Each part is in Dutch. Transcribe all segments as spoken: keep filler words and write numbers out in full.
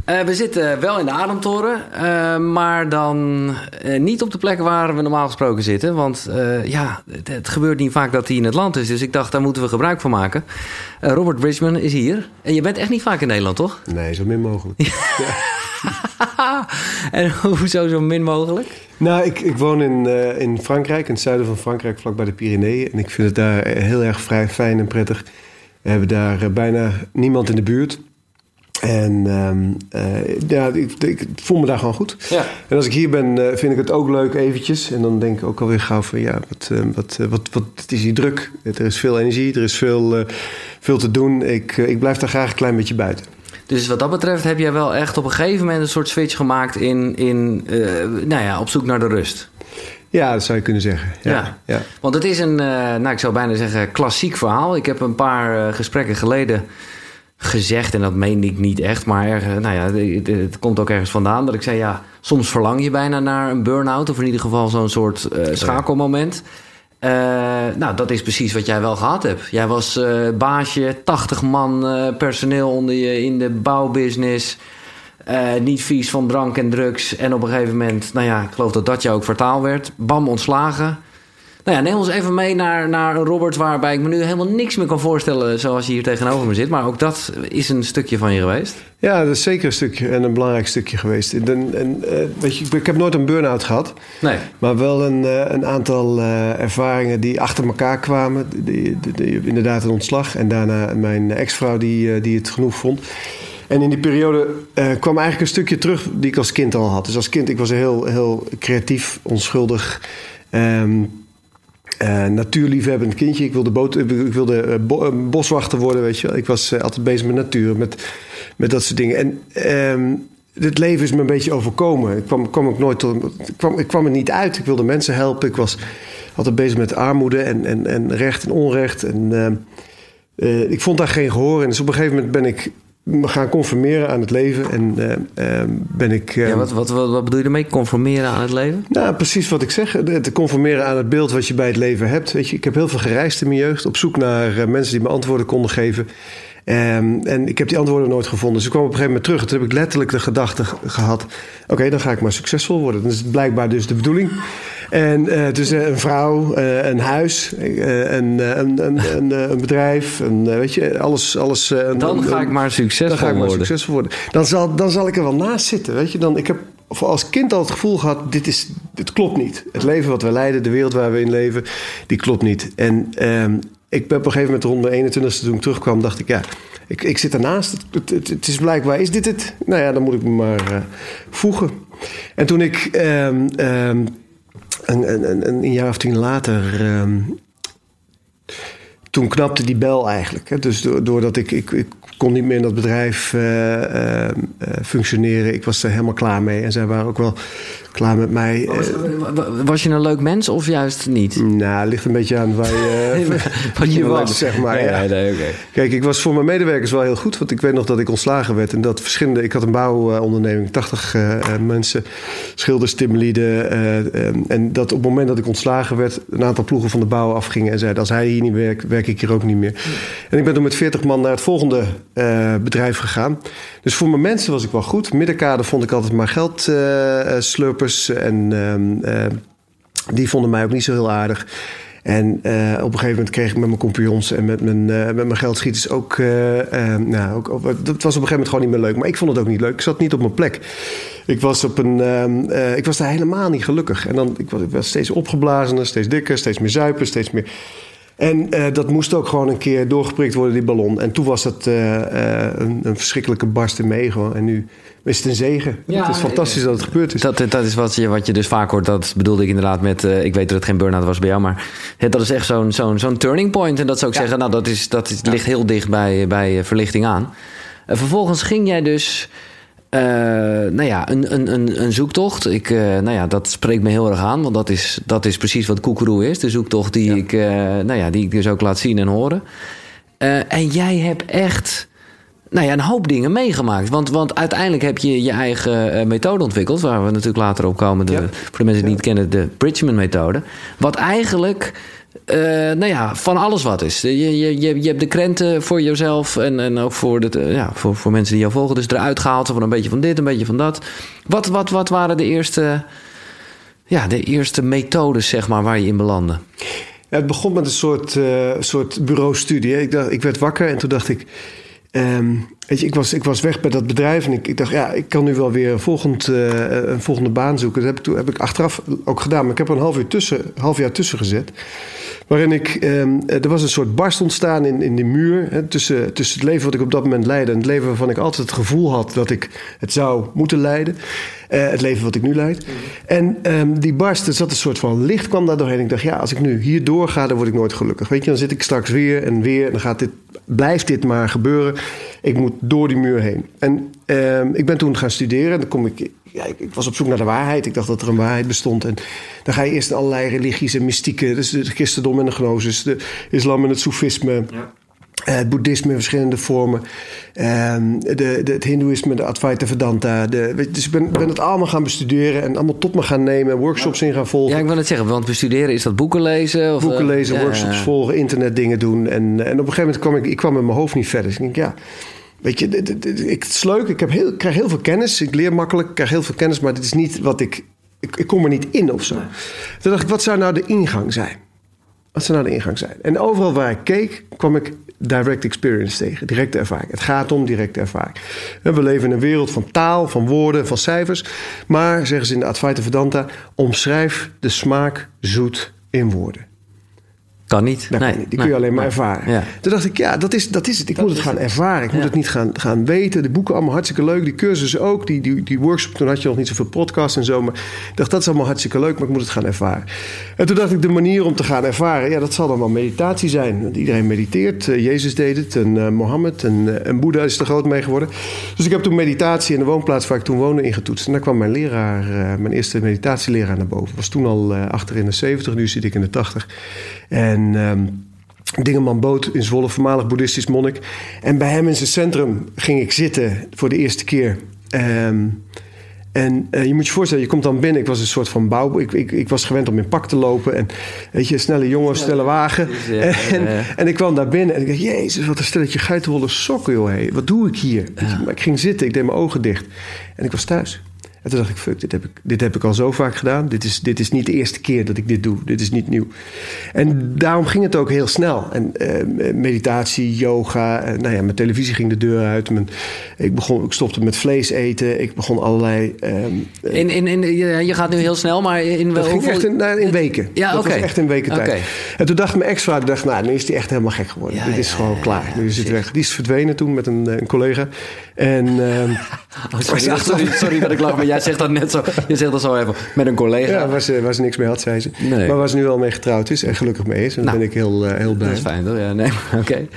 Uh, we zitten wel in de Ademtoren, uh, maar dan uh, niet op de plek waar we normaal gesproken zitten. Want uh, ja, het, het gebeurt niet vaak dat hij in het land is. Dus ik dacht, daar moeten we gebruik van maken. Uh, Robert Bridgman is hier. En je bent echt niet vaak in Nederland, toch? Nee, zo min mogelijk. Ja. En hoezo zo min mogelijk? Nou, ik, ik woon in, uh, in Frankrijk, in het zuiden van Frankrijk, vlakbij de Pyreneeën. En ik vind het daar heel erg vrij, fijn en prettig. We hebben daar uh, bijna niemand in de buurt. En um, uh, ja, ik, ik voel me daar gewoon goed. Ja. En als ik hier ben, uh, vind ik het ook leuk eventjes. En dan denk ik ook alweer gauw van, ja, wat, uh, wat, uh, wat, wat het is hier druk. Er is veel energie, er is veel, uh, veel te doen. Ik, uh, ik blijf daar graag een klein beetje buiten. Dus wat dat betreft heb jij wel echt op een gegeven moment een soort switch gemaakt in, in uh, nou ja, op zoek naar de rust. Ja, dat zou je kunnen zeggen. Ja, ja. ja. Want het is een, uh, nou ik zou bijna zeggen, klassiek verhaal. Ik heb een paar uh, gesprekken geleden gezegd, en dat meende ik niet echt, maar uh, nou ja, het, het komt ook ergens vandaan, dat ik zei, ja, soms verlang je bijna naar een burn-out, of in ieder geval zo'n soort uh, schakelmoment. Uh, nou, dat is precies wat jij wel gehad hebt. Jij was uh, baasje, tachtig man uh, personeel onder je in de bouwbusiness. Uh, niet vies van drank en drugs. En op een gegeven moment, nou ja, ik geloof dat dat jou ook vertaal werd. Bam, ontslagen. Nou ja, neem ons even mee naar, naar een Robert waarbij ik me nu helemaal niks meer kan voorstellen zoals je hier tegenover me zit. Maar ook dat is een stukje van je geweest. Ja, dat is zeker een stukje en een belangrijk stukje geweest. En, en, uh, weet je, ik heb nooit een burn-out gehad. Nee. Maar wel een, uh, een aantal uh, ervaringen die achter elkaar kwamen. Die, die, die, inderdaad een ontslag. En daarna mijn ex-vrouw die, uh, die het genoeg vond. En in die periode uh, kwam eigenlijk een stukje terug die ik als kind al had. Dus als kind, ik was heel, heel creatief, onschuldig. Um, Uh, natuurliefhebbend kindje. Ik wilde, boot, ik wilde uh, bo, uh, boswachter worden, weet je wel. Ik was uh, altijd bezig met natuur, met, met dat soort dingen. En um, het leven is me een beetje overkomen. Ik kwam, kwam ook nooit tot, ik, kwam, ik kwam er niet uit. Ik wilde mensen helpen. Ik was altijd bezig met armoede en, en, en recht en onrecht. En uh, uh, ik vond daar geen gehoor in. Dus op een gegeven moment ben ik me gaan conformeren aan het leven. En uh, uh, ben ik... Uh, ja, wat, wat, wat, wat bedoel je ermee? Conformeren aan het leven? Nou, precies wat ik zeg. Te conformeren aan het beeld wat je bij het leven hebt. Weet je, ik heb heel veel gereisd in mijn jeugd. Op zoek naar uh, mensen die me antwoorden konden geven. Um, en ik heb die antwoorden nooit gevonden. Dus ik kwam op een gegeven moment terug. En toen heb ik letterlijk de gedachte gehad. Oké, okay, dan ga ik maar succesvol worden. Dat is blijkbaar dus de bedoeling. En uh, dus uh, een vrouw, uh, een huis, uh, een, uh, een, een, een, een bedrijf, een, uh, weet je, alles. alles uh, dan een, ga ik maar succesvol dan ga ik maar worden. succesvol worden. Dan zal, dan zal ik er wel naast zitten, weet je. Dan, ik heb als kind al het gevoel gehad, dit, is, dit klopt niet. Het leven wat we leiden, de wereld waar we in leven, die klopt niet. En um, ik ben op een gegeven moment rond mijn eenentwintigste, toen ik terugkwam, dacht ik, ja, ik, ik zit ernaast. Het, het, het is blijkbaar, is dit het? Nou ja, dan moet ik me maar uh, voegen. En toen ik... Um, um, Een, een, een jaar of tien later, um, toen knapte die bel eigenlijk. Hè. Dus doordat ik, ik, ik kon niet meer in dat bedrijf uh, uh, functioneren. Ik was er helemaal klaar mee. En zij waren ook wel klaar met mij. Was, was je een leuk mens of juist niet? Nou, het ligt een beetje aan waar je, wat je was, was, zeg maar. Ja, ja. Nee, okay. Kijk, ik was voor mijn medewerkers wel heel goed. Want ik weet nog dat ik ontslagen werd. En dat verschillende... Ik had een bouwonderneming, tachtig uh, mensen. Schilders, timmerlieden. Uh, um, en dat op het moment dat ik ontslagen werd... een aantal ploegen van de bouw afgingen. En zeiden, als hij hier niet werkt, werk ik hier ook niet meer. Ja. En ik ben toen met veertig man naar het volgende uh, bedrijf gegaan. Dus voor mijn mensen was ik wel goed. Middenkader vond ik altijd maar geld uh, slurpers. En uh, uh, die vonden mij ook niet zo heel aardig. En uh, op een gegeven moment kreeg ik met mijn compagnons en met mijn, uh, met mijn geldschieters ook, uh, uh, nou, ook... Dat was op een gegeven moment gewoon niet meer leuk. Maar ik vond het ook niet leuk. Ik zat niet op mijn plek. Ik was, op een, uh, uh, ik was daar helemaal niet gelukkig. En dan, ik was, ik was steeds opgeblazener, steeds dikker, steeds meer zuipen, steeds meer... En uh, dat moest ook gewoon een keer doorgeprikt worden, die ballon. En toen was dat uh, uh, een, een verschrikkelijke barst in me ego. En nu is het een zegen. Ja, het is fantastisch dat het gebeurd is. Dat, dat is wat je, wat je dus vaak hoort. Dat bedoelde ik inderdaad met... Uh, ik weet dat het geen burn-out was bij jou, maar het, dat is echt zo'n, zo'n, zo'n turning point. En dat zou ik ja. zeggen, nou, dat, is, dat is, ligt heel dicht bij, bij verlichting aan. Uh, vervolgens ging jij dus... Uh, nou ja, een, een, een, een zoektocht. Ik, uh, nou ja, dat spreekt me heel erg aan. Want dat is, dat is precies wat Koekeroe is. De zoektocht die, ja. ik, uh, nou ja, die ik dus ook laat zien en horen. Uh, en jij hebt echt nou ja, een hoop dingen meegemaakt. Want, want uiteindelijk heb je je eigen uh, methode ontwikkeld. Waar we natuurlijk later op komen. De, ja. Voor de mensen die ja. het niet kennen, de Bridgman-methode. Wat eigenlijk Uh, nou ja, van alles wat is. Je, je, je, je hebt de krenten voor jezelf en, en ook voor, de, ja, voor, voor mensen die jou volgen. Dus eruit gehaald van een beetje van dit, een beetje van dat. Wat, wat, wat waren de eerste, ja, de eerste methodes, zeg maar, waar je in belandde? Ja, het begon met een soort, uh, soort bureaustudie. Hè. Ik, dacht, ik werd wakker en toen dacht ik... Um, weet je, ik was, ik was weg bij dat bedrijf en ik, ik dacht, ja, ik kan nu wel weer een, volgend, uh, een volgende baan zoeken. Dat heb ik, toen, heb ik achteraf ook gedaan, maar ik heb er een half, uur tussen, half jaar tussen gezet. Waarin ik, um, er was een soort barst ontstaan in, in de muur. Hè, tussen, tussen het leven wat ik op dat moment leidde en het leven waarvan ik altijd het gevoel had dat ik het zou moeten leiden. Uh, het leven wat ik nu leid. Mm. En um, die barst, er zat een soort van licht kwam daar doorheen. Ik dacht, ja, als ik nu hier doorga, dan word ik nooit gelukkig. Weet je, dan zit ik straks weer en weer en dan gaat dit, blijft dit maar gebeuren. Ik moet door die muur heen. En uh, ik ben toen gaan studeren. En dan kom ik, ja, ik, ik was op zoek naar de waarheid. Ik dacht dat er een waarheid bestond. En dan ga je eerst in allerlei religies en mystieken. Dus het christendom en de gnosis, de islam en het soefisme. Ja. Uh, het boeddhisme in verschillende vormen. Uh, de, de, het hindoeïsme, de Advaita Vedanta. De, weet, dus ik ben, ben het allemaal gaan bestuderen. En allemaal tot me gaan nemen. Workshops in gaan volgen. Ja, ik wil het zeggen. Want bestuderen, is dat boeken lezen? Of, boeken lezen, uh, workshops ja, ja. volgen, internetdingen doen. En, en op een gegeven moment kwam ik, ik kwam met mijn hoofd niet verder. Dus ik denk, ja... Weet je, dit, dit, dit, ik, het is leuk. Ik heb heel, krijg heel veel kennis. Ik leer makkelijk. Ik krijg heel veel kennis. Maar dit is niet wat ik... Ik, ik kom er niet in of zo. Nee. Toen dacht ik, wat zou nou de ingang zijn? Wat zou nou de ingang zijn? En overal waar ik keek, kwam ik direct experience tegen. Directe ervaring. Het gaat om directe ervaring. We leven in een wereld van taal, van woorden, van cijfers. Maar, zeggen ze in de Advaita Vedanta... omschrijf de smaak zoet in woorden. Kan niet. Dat nee, kan niet. Die nee, kun je alleen maar nee. ervaren. Ja. Toen dacht ik, ja, dat is, dat is het. Ik dat moet het gaan het. ervaren. Ik ja. moet het niet gaan, gaan weten. De boeken allemaal hartstikke leuk. Die cursussen ook. Die, die, die workshop, toen had je nog niet zoveel podcasts en zo. Maar ik dacht, dat is allemaal hartstikke leuk. Maar ik moet het gaan ervaren. En toen dacht ik, de manier om te gaan ervaren... ja, dat zal dan wel meditatie zijn. Want iedereen mediteert. Uh, Jezus deed het. En uh, Mohammed. En, uh, en Boeddha is er groot mee geworden. Dus ik heb toen meditatie in de woonplaats waar ik toen woonde ingetoetst. En daar kwam mijn leraar, uh, mijn eerste meditatieleraar naar boven. Was toen al uh, achter in de zeventig. Nu zit ik in de tachtig. En... Um, Dingeman Boot in Zwolle, voormalig boeddhistisch monnik. En bij hem in zijn centrum ging ik zitten voor de eerste keer. Um, en uh, je moet je voorstellen, je komt dan binnen. Ik was een soort van bouw. Ik, ik, ik was gewend om in pak te lopen. En weet je, snelle jongen, snelle wagen. Ja, ja, ja. En, en ik kwam daar binnen en ik dacht, jezus, wat een stelletje geitenwolle sokken, joh. Hey. Wat doe ik hier? Ja. Maar ik ging zitten, ik deed mijn ogen dicht. En ik was thuis. En toen dacht ik, fuck, dit heb ik, dit heb ik al zo vaak gedaan. Dit is, dit is niet de eerste keer dat ik dit doe. Dit is niet nieuw. En daarom ging het ook heel snel. En uh, meditatie, yoga. Uh, nou ja, mijn televisie ging de deur uit. Mijn, ik, begon, ik stopte met vlees eten. Ik begon allerlei... Um, in, in, in, je gaat nu heel snel, maar in wel... Dat ging echt in, nou, in weken. Ja, dat okay. was echt in weken tijd. Okay. En toen dacht mijn ex-vrouw, dacht, nou, nu is die echt helemaal gek geworden. Ja, dit is ja, gewoon ja, klaar. Ja, ja, nu is het weg. Die is verdwenen toen met een, een collega. En... Um, oh, sorry, sorry, sorry dat ik lach, maar jij zegt dat net zo. Je zegt dat zo even met een collega. Ja, waar ze, waar ze niks mee had, zei ze. Nee. Maar waar ze nu al mee getrouwd is en gelukkig mee is. En daar nou, ben ik heel, uh, heel blij. Dat is fijn, toch? Ja, nee, oké. Okay.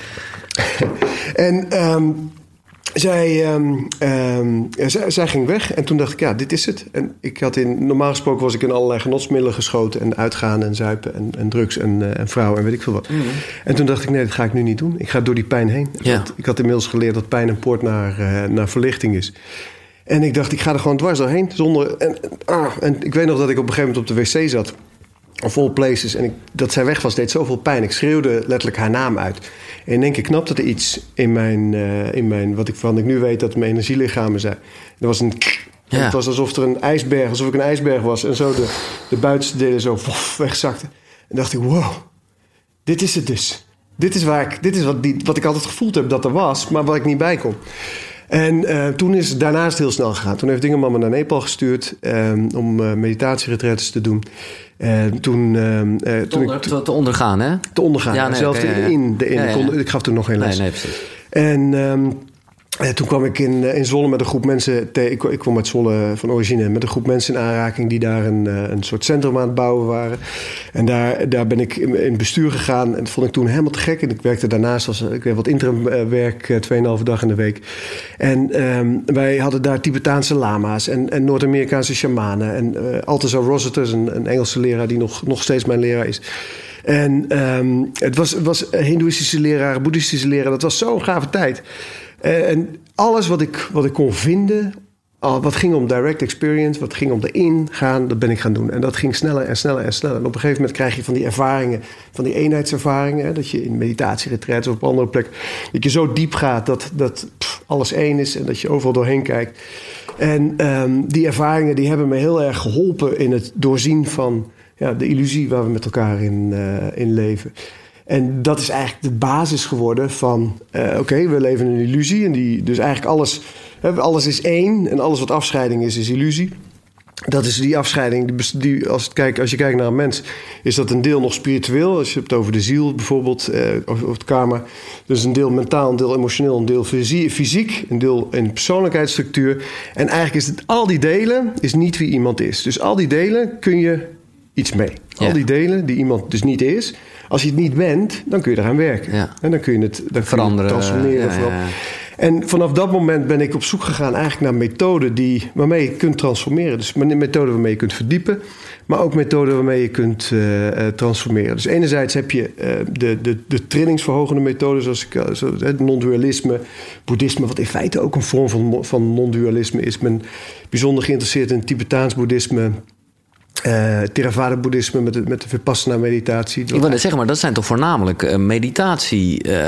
en um, zij, um, um, zij, zij ging weg en toen dacht ik, ja, dit is het. En ik had in, normaal gesproken was ik in allerlei genotsmiddelen geschoten. En uitgaan en zuipen en, en drugs en, uh, en vrouwen en weet ik veel wat. Mm-hmm. En toen dacht ik, nee, dat ga ik nu niet doen. Ik ga door die pijn heen. Ja. Want ik had inmiddels geleerd dat pijn een poort naar, uh, naar verlichting is. En ik dacht, ik ga er gewoon dwars doorheen. Zonder, en, ah, en ik weet nog dat ik op een gegeven moment op de wc zat. Of all places. En ik, dat zij weg was, deed zoveel pijn. Ik schreeuwde letterlijk haar naam uit. En in één keer knapte er iets in mijn... Uh, in mijn wat ik, van ik nu weet dat mijn energielichamen zijn. Er was een... Ja. Het was alsof er een ijsberg... Alsof ik een ijsberg was. En zo de, de buitenste delen zo wof, wegzakten. En dacht ik, wow. Dit is het dus. Dit is, waar ik, dit is wat, die, wat ik altijd gevoeld heb dat er was. Maar waar ik niet bij kon. En uh, toen is het daarnaast heel snel gegaan. Toen heeft Dingeman me naar Nepal gestuurd um, om uh, meditatieretretes te doen. En toen, uh, uh, te, toen onder, ik, te, te ondergaan, hè? Te ondergaan. Ja, nee, zelf okay, ja, ja. in de in. Ja, ja. Ik, kon, ik gaf toen nog geen les. Nee, nee, precies. En um, En toen kwam ik in, in Zwolle met een groep mensen... Te, ik, ik kwam uit Zwolle van origine... met een groep mensen in aanraking... die daar een, een soort centrum aan het bouwen waren. En daar, daar ben ik in, in het bestuur gegaan. En dat vond ik toen helemaal te gek. En ik werkte daarnaast als... Ik weet wat interimwerk, tweeënhalve dag in de week. En um, wij hadden daar Tibetaanse lama's... en, en Noord-Amerikaanse shamanen. En uh, Altazar Rossiter, een, een Engelse leraar... die nog, nog steeds mijn leraar is... En um, het was, was Hindoeïstische leraar, Boeddhistische leraar. Dat was zo'n gave tijd. En alles wat ik, wat ik kon vinden Oh, wat ging om direct experience, wat ging om erin gaan, dat ben ik gaan doen. En dat ging sneller en sneller en sneller. En op een gegeven moment krijg je van die ervaringen, van die eenheidservaringen, hè, dat je in meditatieretreats of op andere plekken, dat je zo diep gaat dat, dat pff, alles één is en dat je overal doorheen kijkt. En um, die ervaringen die hebben me heel erg geholpen in het doorzien van ja, de illusie waar we met elkaar in, uh, in leven. En dat is eigenlijk de basis geworden van, uh, oké, okay, we leven in een illusie. En die, dus eigenlijk alles, hè, alles is één en alles wat afscheiding is, is illusie. Dat is die afscheiding, die, die, als, het kijk, als je kijkt naar een mens, is dat een deel nog spiritueel. Als je het over de ziel bijvoorbeeld, uh, of, of het karma. Dus een deel mentaal, een deel emotioneel, een deel fysiek, een deel in persoonlijkheidsstructuur. En eigenlijk is het, al die delen is niet wie iemand is. Dus al die delen kun je iets mee. Al ja. die delen die iemand dus niet is. Als je het niet bent, dan kun je eraan werken. Ja. En dan kun je het dan veranderen, kun je het transformeren. Ja, ja, ja. En vanaf dat moment ben ik op zoek gegaan eigenlijk naar methoden die, waarmee je kunt transformeren. Dus methoden waarmee je kunt verdiepen, maar ook methoden waarmee je kunt uh, transformeren. Dus enerzijds heb je uh, de, de, de trillingsverhogende methoden, zoals ik, zo, het non-dualisme, boeddhisme, wat in feite ook een vorm van, van non-dualisme is. Ik ben bijzonder geïnteresseerd in het Tibetaans boeddhisme. Uh, Theravada-boeddhisme met de, met de Vipassana-meditatie. Ik wil net zeggen, maar dat zijn toch voornamelijk uh, meditatie. Uh,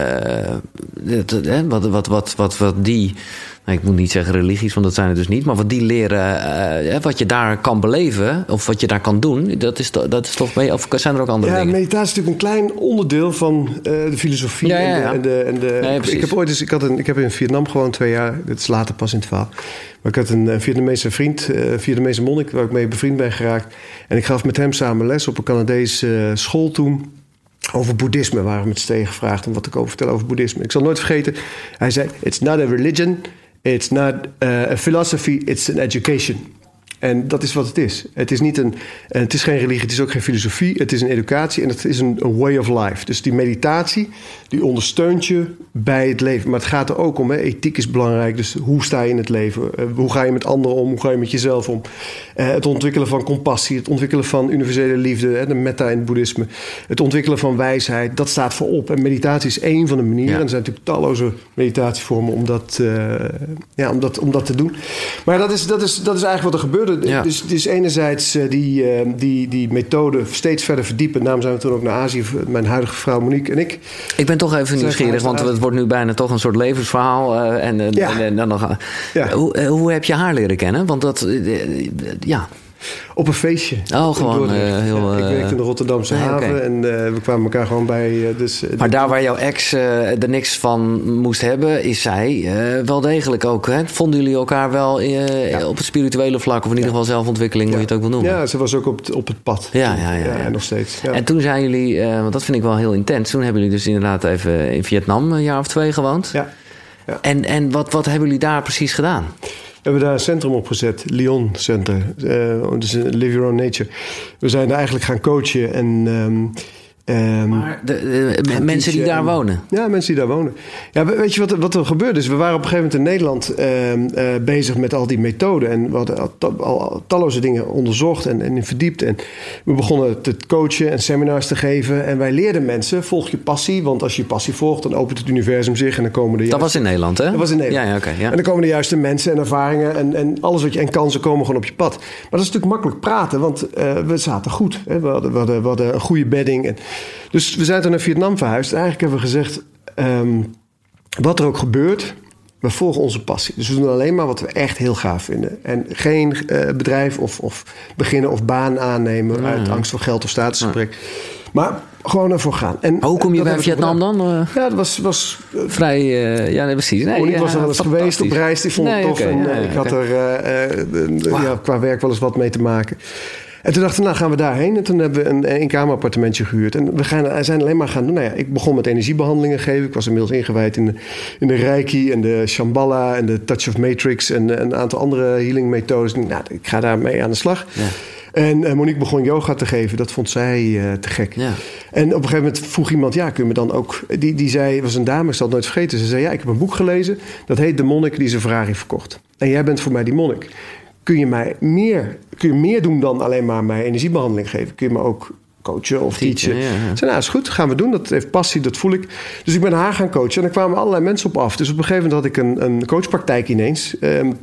dat, uh, wat, wat, wat, wat, wat die... Nou, ik moet niet zeggen religies, want dat zijn het dus niet. Maar wat die leren, uh, wat je daar kan beleven, of wat je daar kan doen, dat is, dat is toch mee. Of zijn er ook andere ja, dingen? Ja, meditatie is natuurlijk een klein onderdeel van uh, de filosofie. Ja, ja, ja. En de, en de, en de, nee, ik heb ooit eens, ik had een, ik heb in Vietnam gewoon twee jaar. Dat is later pas in het verhaal. Maar ik had een Vietnamese vriend, een Vietnamese monnik, waar ik mee bevriend ben geraakt. En ik gaf met hem samen les op een Canadese school toen. Over boeddhisme waren we met z'n tweeën gevraagd om wat ik over vertellen over boeddhisme. Ik zal nooit vergeten, hij zei: "It's not a religion, it's not uh, a philosophy, it's an education." En dat is wat het is. Het is, niet een, het is geen religie, het is ook geen filosofie. Het is een educatie en het is een, een way of life. Dus die meditatie, die ondersteunt je bij het leven. Maar het gaat er ook om, hè, ethiek is belangrijk. Dus hoe sta je in het leven? Uh, hoe ga je met anderen om? Hoe ga je met jezelf om? Uh, het ontwikkelen van compassie. Het ontwikkelen van universele liefde. Hè, de metta in het boeddhisme. Het ontwikkelen van wijsheid. Dat staat voorop. En meditatie is één van de manieren. Ja. En er zijn natuurlijk talloze meditatievormen om dat, uh, ja, om dat, om dat te doen. Maar dat is, dat is, dat is eigenlijk wat er gebeurde. Ja. Dus, dus enerzijds uh, die, uh, die, die methode steeds verder verdiepen. Daarom zijn we toen ook naar Azië. Mijn huidige vrouw Monique en ik. Ik ben toch even nieuwsgierig, want het wordt nu bijna toch een soort levensverhaal. Uh, en, ja. en, en dan nog, ja. hoe, uh, hoe heb je haar leren kennen? Want dat, uh, ja... Op een feestje. Oh, gewoon uh, heel... Uh, ik werkte in de Rotterdamse nee, haven okay. en uh, we kwamen elkaar gewoon bij. Uh, dus, uh, maar daar waar jouw ex uh, er niks van moest hebben, is zij uh, wel degelijk ook. Hè? Vonden jullie elkaar wel uh, ja. op het spirituele vlak, of in ieder geval zelfontwikkeling, ja. hoe je het ook wil noemen? Ja, ze was ook op het, op het pad. Ja, ja, ja, ja, ja, ja. En nog steeds. Ja. En toen zijn jullie, uh, want dat vind ik wel heel intens, toen hebben jullie dus inderdaad even in Vietnam een jaar of twee gewoond. Ja. ja. En, en wat, wat hebben jullie daar precies gedaan? We hebben daar een centrum op gezet, Lyon Center. Uh, dus Live Your Own Nature. We zijn daar eigenlijk gaan coachen en... Um, Um, maar de, de, de mensen die daar en, wonen? Ja, mensen die daar wonen. Ja, weet je wat, wat er gebeurde is? We waren op een gegeven moment in Nederland uh, uh, bezig met al die methoden. En we hadden al, al, al talloze dingen onderzocht en, en verdiept. En we begonnen te coachen en seminars te geven. En wij leerden mensen, volg je passie. Want als je je passie volgt, dan opent het universum zich. En dan komen de juiste... Dat was in Nederland, hè? Dat was in Nederland. Ja, ja, okay, ja. En dan komen de juiste mensen en ervaringen. En, en alles wat je en kansen komen gewoon op je pad. Maar dat is natuurlijk makkelijk praten, want uh, we zaten goed. Hè? We, hadden, we, hadden, we hadden een goede bedding. En, dus we zijn toen naar Vietnam verhuisd. Eigenlijk hebben we gezegd, um, wat er ook gebeurt, we volgen onze passie. Dus we doen alleen maar wat we echt heel gaaf vinden. En geen uh, bedrijf of, of beginnen of baan aannemen mm-hmm. uit angst voor geld of statusgebrek. Mm. Maar gewoon ervoor gaan. En, hoe kom je bij Vietnam dan? Uh, ja, dat was... was uh, vrij... Uh, ja, nee, precies. Nee, ik ja, was er wel eens geweest op reis. Die vond ik nee, tof. Okay, en uh, ja, ik had okay. er uh, uh, wow. ja, qua werk wel eens wat mee te maken. En toen dachten we, nou gaan we daarheen. En toen hebben we een eenkamerappartementje gehuurd. En we gaan, zijn alleen maar gaan doen. Nou ja, ik begon met energiebehandelingen geven. Ik was inmiddels ingewijd in de, in de Reiki en de Shambhala en de Touch of Matrix en een aantal andere healing methodes. Nou, ik ga daarmee aan de slag. Ja. En uh, Monique begon yoga te geven. Dat vond zij uh, te gek. Ja. En op een gegeven moment vroeg iemand, ja, kun je me dan ook... Die, die zei, was een dame, ik zal het nooit vergeten. Ze zei, ja, ik heb een boek gelezen. Dat heet De Monnik die zijn Ferrari verkocht. En jij bent voor mij die monnik. Kun je mij meer, kun je meer doen dan alleen maar mij energiebehandeling geven? Kun je me ook coachen of teachen? teachen? Ja, ja. Ik zei, nou, is goed, gaan we doen. Dat heeft passie, dat voel ik. Dus ik ben haar gaan coachen en er kwamen allerlei mensen op af. Dus op een gegeven moment had ik een, een coachpraktijk ineens. Um,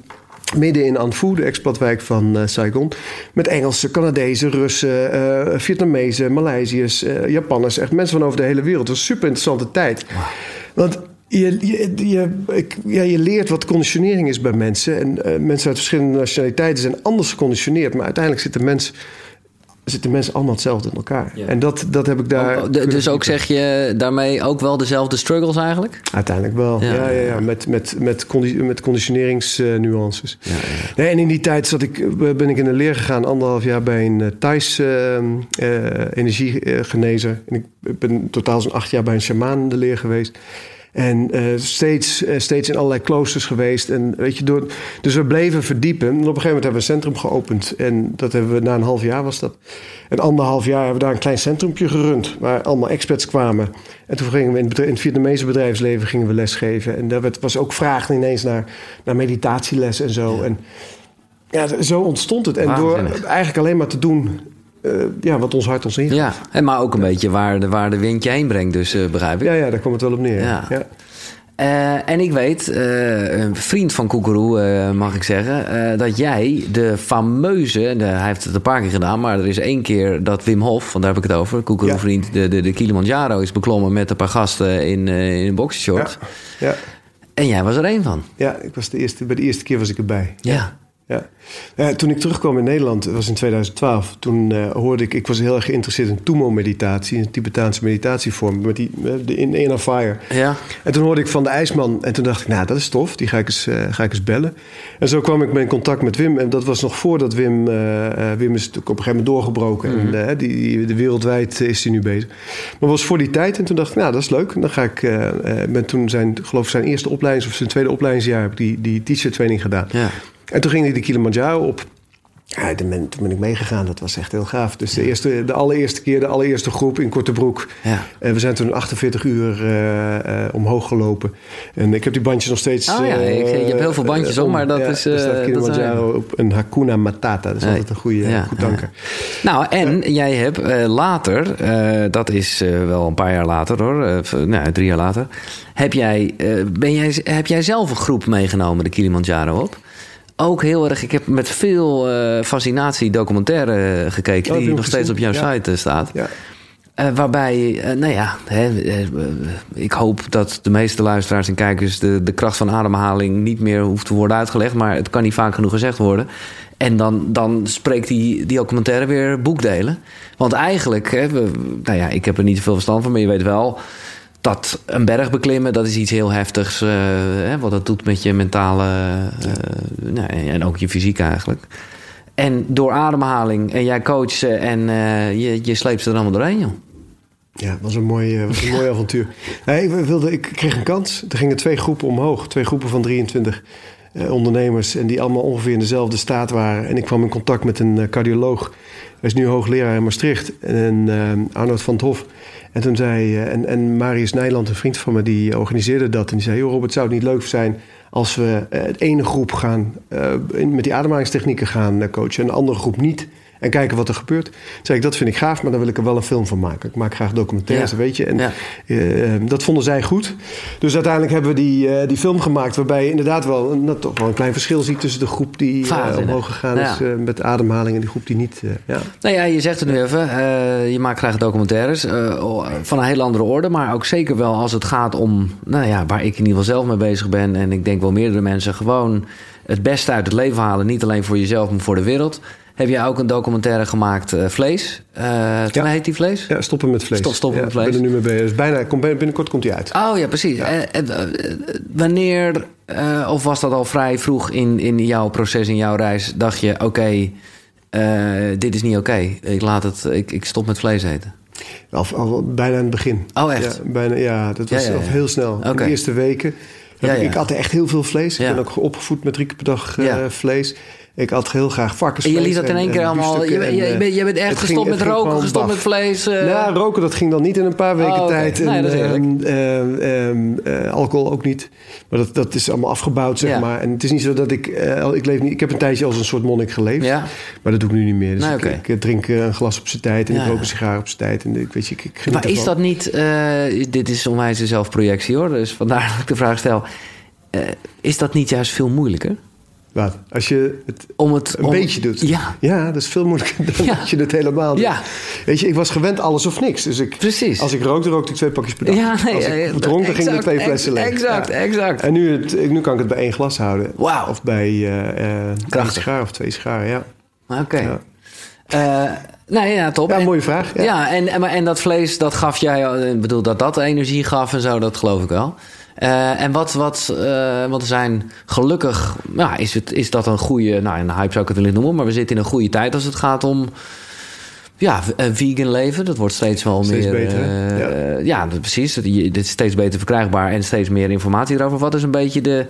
midden in An Phu, de expatwijk van uh, Saigon. Met Engelsen, Canadezen, Russen, uh, Vietnamezen, Maleisiërs, uh, Japanners. Echt mensen van over de hele wereld. Het was een super interessante tijd. Wow. Want je, je, je, ik, ja, je leert wat conditionering is bij mensen. En uh, mensen uit verschillende nationaliteiten zijn anders geconditioneerd. Maar uiteindelijk zitten mensen... zitten mensen allemaal hetzelfde in elkaar. Ja. En dat, dat heb ik daar... Oh, de, dus ook zeg je daarmee ook wel dezelfde struggles eigenlijk? Uiteindelijk wel, ja. ja, ja, ja. Met, met, met, condi- met conditioneringsnuances. Uh, ja, ja. Nee, en in die tijd zat ik, ben ik in de leer gegaan... anderhalf jaar bij een uh, Thais uh, uh, energiegenezer. En ik ben totaal zo'n acht jaar bij een shamaan in de leer geweest. En uh, steeds, uh, steeds in allerlei kloosters geweest. En, weet je, door, dus we bleven verdiepen. En op een gegeven moment hebben we een centrum geopend. En dat hebben we na een half jaar was dat. En anderhalf jaar hebben we daar een klein centrumpje gerund. Waar allemaal experts kwamen. En toen gingen we in het, in het Vietnamese bedrijfsleven gingen we lesgeven. En daar was ook vraag ineens naar, naar meditatieles en zo. Ja. En ja, zo ontstond het. En Waanzinnig. Door eigenlijk alleen maar te doen... Uh, ja, wat ons hart ons ingeeft. Ja, en maar ook een ja. beetje waar de, waar de wind je heen brengt, dus uh, begrijp ik. Ja, ja, daar komt het wel op neer. Ja. Ja. Uh, en ik weet, uh, een vriend van Koekeroe, uh, mag ik zeggen... Uh, dat jij de fameuze... De, hij heeft het een paar keer gedaan... maar er is één keer dat Wim Hof, want daar heb ik het over... Koekeroe-vriend, ja. de, de, de Kilimanjaro is beklommen... met een paar gasten in, uh, in een boxershort. Ja. Ja. En jij was er één van. Ja, ik was de eerste, bij de eerste keer was ik erbij. Ja. Ja. Ja, toen ik terugkwam in Nederland, dat was in tweeduizend twaalf... toen uh, hoorde ik, ik was heel erg geïnteresseerd in Tummo-meditatie... een Tibetaanse meditatievorm, met die, de in Inner Fire. Ja. En toen hoorde ik van de IJsman en toen dacht ik, nou, dat is tof, die ga ik eens, uh, ga ik eens bellen. En zo kwam ik in contact met Wim. En dat was nog voordat Wim... Uh, Wim is natuurlijk op een gegeven moment doorgebroken. Mm-hmm. En uh, die, die, de wereldwijd is hij nu bezig. Maar het was voor die tijd en toen dacht ik, nou, dat is leuk. En dan ga ik, uh, ben toen zijn, geloof ik, zijn eerste opleidings... of zijn tweede opleidingsjaar heb ik die, die teacher training gedaan. Ja. En toen ging hij de Kilimanjaro op. Ja, toen, ben, toen ben ik meegegaan. Dat was echt heel gaaf. Dus de, eerste, de allereerste keer, de allereerste groep in Kortebroek. Ja. En we zijn toen achtenveertig uur uh, uh, omhoog gelopen. En ik heb die bandjes nog steeds... Oh ja, ik, je hebt heel veel bandjes uh, om, maar dat ja, is... Uh, er staat Kilimanjaro dat op een Hakuna Matata. Dat is hey. altijd een goede ja, goed danker. Ja. Nou, en uh, jij hebt uh, later... Uh, dat is uh, wel een paar jaar later hoor. Uh, nou, drie jaar later. Heb jij, uh, ben jij, heb jij zelf een groep meegenomen de Kilimanjaro op? Ook heel erg. Ik heb met veel uh, fascinatie documentaire gekeken... Oh, die nog steeds op jouw ja. site staat. Ja. Uh, waarbij, uh, nou ja... Hè, uh, ik hoop dat de meeste luisteraars en kijkers... De, de kracht van ademhaling niet meer hoeft te worden uitgelegd... maar het kan niet vaak genoeg gezegd worden. En dan, dan spreekt die, die documentaire weer boekdelen. Want eigenlijk... Hè, we, nou ja, ik heb er niet zoveel verstand van... maar je weet wel... dat een berg beklimmen, dat is iets heel heftigs. Uh, hè, wat dat doet met je mentale... Uh, nou, en ook je fysiek eigenlijk. En door ademhaling en jij coachen... en uh, je, je sleept ze er allemaal doorheen, joh. Ja, het was een mooi, was een mooi avontuur. Nee, ik, wilde, ik kreeg een kans. Er gingen twee groepen omhoog. Twee groepen van drieëntwintig uh, ondernemers... en die allemaal ongeveer in dezelfde staat waren. En ik kwam in contact met een uh, cardioloog. Hij is nu hoogleraar in Maastricht. En uh, Arnoud van 't Hof... En toen zei, en, en Marius Nijland, een vriend van me, die organiseerde dat. En die zei, joh Robert, zou het niet leuk zijn als we het ene groep gaan, uh, met die ademhalingstechnieken gaan uh, coachen en de andere groep niet. En kijken wat er gebeurt. Toen zei ik, dat vind ik gaaf, maar daar wil ik er wel een film van maken. Ik maak graag documentaires, ja. weet je. En ja. uh, dat vonden zij goed. Dus uiteindelijk hebben we die, uh, die film gemaakt... waarbij je inderdaad wel, nou, toch wel een klein verschil ziet... tussen de groep die uh, omhoog gegaan ja. is uh, met ademhaling... en die groep die niet... Uh, ja. Nou ja, je zegt het nu even. Uh, je maakt graag documentaires uh, van een heel andere orde... maar ook zeker wel als het gaat om... nou ja, waar ik in ieder geval zelf mee bezig ben... en ik denk wel meerdere mensen... gewoon het beste uit het leven halen. Niet alleen voor jezelf, maar voor de wereld... Heb jij ook een documentaire gemaakt, uh, Vlees? Uh, ja. Heet die Vlees? Ja, Stoppen met Vlees. Stop, stoppen ja, met Vlees. Ik ben er nu mee bezig. Dus bijna, kom, binnenkort komt die uit. Oh ja, precies. Ja. Uh, uh, uh, wanneer, uh, of was dat al vrij vroeg in, in jouw proces, in jouw reis... dacht je, oké, okay, uh, dit is niet oké. Okay. Ik laat het, ik, ik stop met vlees eten. Al, al bijna in het begin. Oh, echt? Ja, bijna, ja dat was ja, ja, ja. heel snel. Okay. In de eerste weken... Ja, ja. Ik at echt heel veel vlees. Ik ja. ben ook opgevoed met drie keer per dag uh, ja. vlees. Ik at heel graag varkensvlees. En je liet dat in één keer allemaal... Je, je, je, bent, je bent echt gestopt ging, met roken, gestopt baf. met vlees. Uh... Nou, roken dat ging dan niet in een paar weken oh, okay. tijd. Nee, en, dat is um, um, uh, alcohol ook niet. Maar dat, dat is allemaal afgebouwd, zeg ja. maar. En het is niet zo dat ik... Uh, ik, leef niet, ik heb een tijdje als een soort monnik geleefd. Ja. Maar dat doe ik nu niet meer. Dus nee, okay. ik, ik drink een glas op zijn tijd. En ja, ik rook een sigaar op zijn tijd. En ik, weet je, ik, ik maar is ervan. dat niet... Uh, dit is onwijs een zelfprojectie, hoor. Dus vandaar dat ik de vraag stel... Uh, is dat niet juist veel moeilijker? Wat? Als je het, om het een om, beetje doet. Ja. ja, dat is veel moeilijker dan ja. dat je het helemaal doet. Ja. Weet je, ik was gewend alles of niks. Dus ik, Precies. Als ik rookte, rookte ik twee pakjes per dag. Ja, nee, als ik dronk, dan ging ik twee flessen leeg. Exact, ja. exact. En nu, het, nu kan ik het bij één glas houden. Wauw. Of bij uh, uh, een schaar of twee scharen, ja. Oké. Okay. Ja. Uh, nou ja, top. Ja, en, mooie vraag. Ja, ja en, en, en dat vlees, dat gaf jij... Ik bedoel, dat dat energie gaf en zo, dat geloof ik wel. Uh, en wat, wat, uh, wat zijn gelukkig... Nou, is, het, is dat een goede... Nou, een hype zou ik het willen noemen... maar we zitten in een goede tijd als het gaat om... Ja, een vegan leven, dat wordt steeds wel steeds meer... beter, uh, ja. Uh, ja, precies. Dit is steeds beter verkrijgbaar... en steeds meer informatie erover. Wat is een beetje de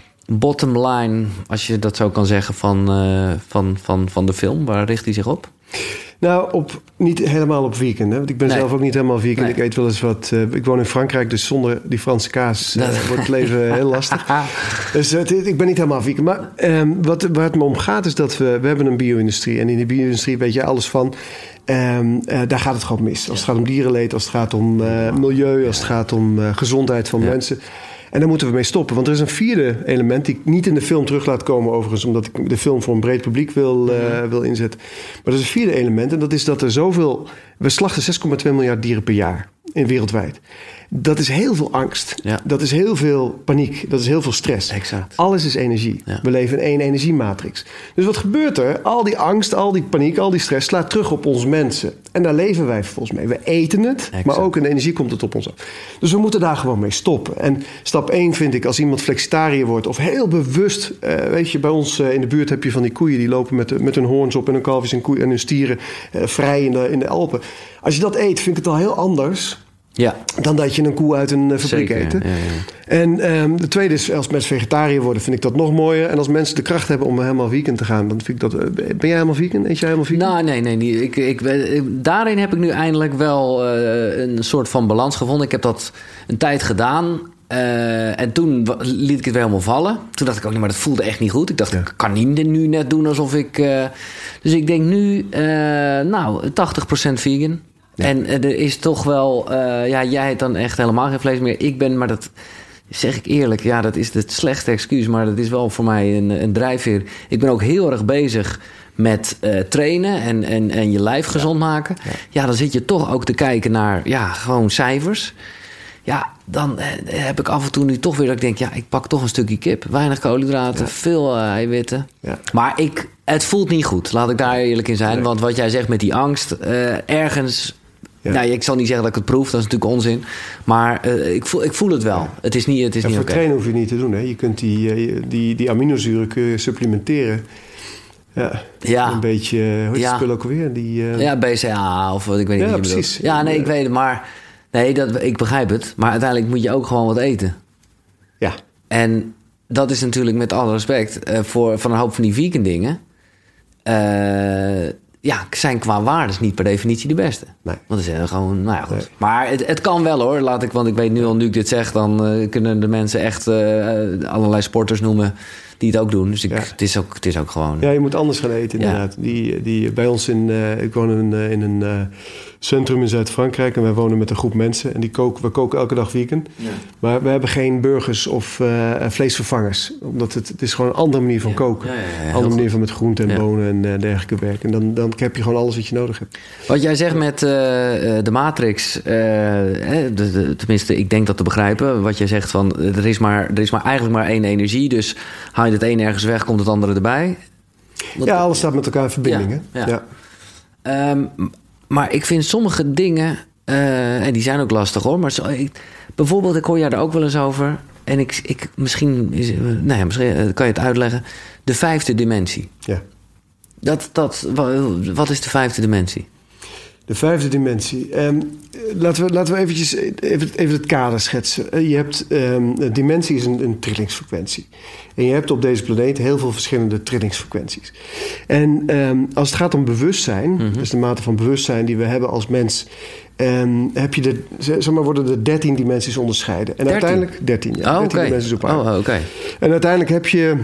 bottom line... als je dat zo kan zeggen, van, uh, van, van, van de film? Waar richt hij zich op? Nou, op, niet helemaal op vegan. Hè? Want ik ben nee. zelf ook niet helemaal vegan. Nee. Ik eet wel eens wat... Uh, ik woon in Frankrijk, dus zonder die Franse kaas uh, wordt het leven heel lastig. Dus uh, ik ben niet helemaal vegan. Maar um, wat, waar het me om gaat is dat we... We hebben een bio-industrie. En in die bio-industrie weet je alles van... Um, uh, daar gaat het gewoon mis. Als het gaat om dierenleed, als het gaat om uh, milieu... als het gaat om uh, gezondheid van ja. mensen... En daar moeten we mee stoppen. Want er is een vierde element die ik niet in de film terug laat komen overigens... omdat ik de film voor een breed publiek wil, uh, wil inzetten. Maar er is een vierde element en dat is dat er zoveel... We slachten zes komma twee miljard dieren per jaar in wereldwijd. Dat is heel veel angst. Ja. Dat is heel veel paniek. Dat is heel veel stress. Exact. Alles is energie. Ja. We leven in één energiematrix. Dus wat gebeurt er? Al die angst, al die paniek, al die stress... slaat terug op ons mensen. En daar leven wij volgens mij. We eten het, exact. Maar ook in de energie komt het op ons af. Dus we moeten daar gewoon mee stoppen. En stap één vind ik, als iemand flexitariër wordt... of heel bewust... Uh, weet je, bij ons uh, in de buurt heb je van die koeien... die lopen met, met hun hoorns op en hun kalfjes en, koeien, en hun stieren... Uh, vrij in de, in de Alpen. Als je dat eet, vind ik het al heel anders... Ja. Dan dat je een koe uit een fabriek eet. Ja, ja, ja. En um, de tweede is, als mensen vegetariër worden, vind ik dat nog mooier. En als mensen de kracht hebben om helemaal vegan te gaan, dan vind ik dat... Uh, ben jij helemaal vegan? Eet jij helemaal vegan? Nou, nee, nee. nee. Ik, ik, ik, daarin heb ik nu eindelijk wel uh, een soort van balans gevonden. Ik heb dat een tijd gedaan. Uh, en toen liet ik het weer helemaal vallen. Toen dacht ik ook niet, maar dat voelde echt niet goed. Ik dacht, ja. ik kan niet nu net doen alsof ik... Uh, dus ik denk nu, uh, nou, tachtig procent vegan. Ja. En er is toch wel... Uh, ja, jij hebt dan echt helemaal geen vlees meer. Ik ben, maar dat zeg ik eerlijk... ja, dat is het slechtste excuus... maar dat is wel voor mij een, een drijfveer. Ik ben ook heel erg bezig met uh, trainen... En, en, en je lijf gezond ja. maken. Ja. ja, dan zit je toch ook te kijken naar... ja, gewoon cijfers. Ja, dan uh, heb ik af en toe nu toch weer... dat ik denk, ja, ik pak toch een stukje kip. Weinig koolhydraten, ja. veel uh, eiwitten. Ja. Maar ik, het voelt niet goed. Laat ik daar eerlijk in zijn. Nee. Want wat jij zegt met die angst... Uh, ergens... Ja. Nou, ik zal niet zeggen dat ik het proef, dat is natuurlijk onzin. Maar uh, ik, voel, ik voel het wel. Ja. Het is niet, het is ja, niet voor okay. trainen hoef je niet te doen. Hè? Je kunt die, die, die aminozuren kun je supplementeren. Ja, ja. Een beetje, hoe heet ja. het spul ook alweer? Die, uh... Ja, B C A A of wat ik weet niet. Ja, wat je precies. bedoelt. Ja, nee, ik weet het. Maar nee, dat, ik begrijp het. Maar uiteindelijk moet je ook gewoon wat eten. Ja. En dat is natuurlijk met alle respect... Uh, voor van een hoop van die vegan dingen... Uh, ja, zijn qua waardes niet per definitie de beste. Nee. Want ze zijn gewoon, nou ja, goed. Nee. Maar het, het kan wel hoor, laat ik, want ik weet nu al, nu ik dit zeg... dan uh, kunnen de mensen echt uh, allerlei sporters noemen die het ook doen. Dus ik, ja. het, is ook, het is ook gewoon... Ja, je moet anders gaan eten inderdaad. Ja. Die, die, bij ons in... Uh, ik woon in, uh, in een uh, centrum in Zuid-Frankrijk... en wij wonen met een groep mensen. En die koken, we koken elke dag vegan. Ja. Maar we hebben geen burgers of uh, vleesvervangers. Omdat het, het is gewoon een andere manier van ja. koken. Ja, ja, ja, een andere manier van met groenten en ja. bonen en uh, dergelijke werken. En dan, dan heb je gewoon alles wat je nodig hebt. Wat jij zegt met uh, de Matrix... Uh, de, de, tenminste, ik denk dat te begrijpen. Wat jij zegt van... er is maar, er is maar eigenlijk maar één energie. Dus haal je het een ergens weg, komt het andere erbij. Wat, ja, alles staat met elkaar in verbinding. Ja, ja. Ja. Um, maar ik vind sommige dingen... Uh, en die zijn ook lastig hoor. Maar zo, ik, bijvoorbeeld, ik hoor jij er ook wel eens over... en ik, ik misschien, is, nou ja, misschien kan je het uitleggen... de vijfde dimensie. Ja. Dat, dat, wat is de vijfde dimensie? De vijfde dimensie. Um, laten, we, laten we eventjes even, even het kader schetsen. Uh, je hebt, um, dimensie is een, een trillingsfrequentie. En je hebt op deze planeet heel veel verschillende trillingsfrequenties. En um, als het gaat om bewustzijn... Mm-hmm. dus de mate van bewustzijn die we hebben als mens... Um, heb je de, zeg maar, worden er dertien dimensies onderscheiden. En dertien? uiteindelijk dertien, ja. Oh, dertien okay. dimensies op aarde. Oh, okay. En uiteindelijk heb je...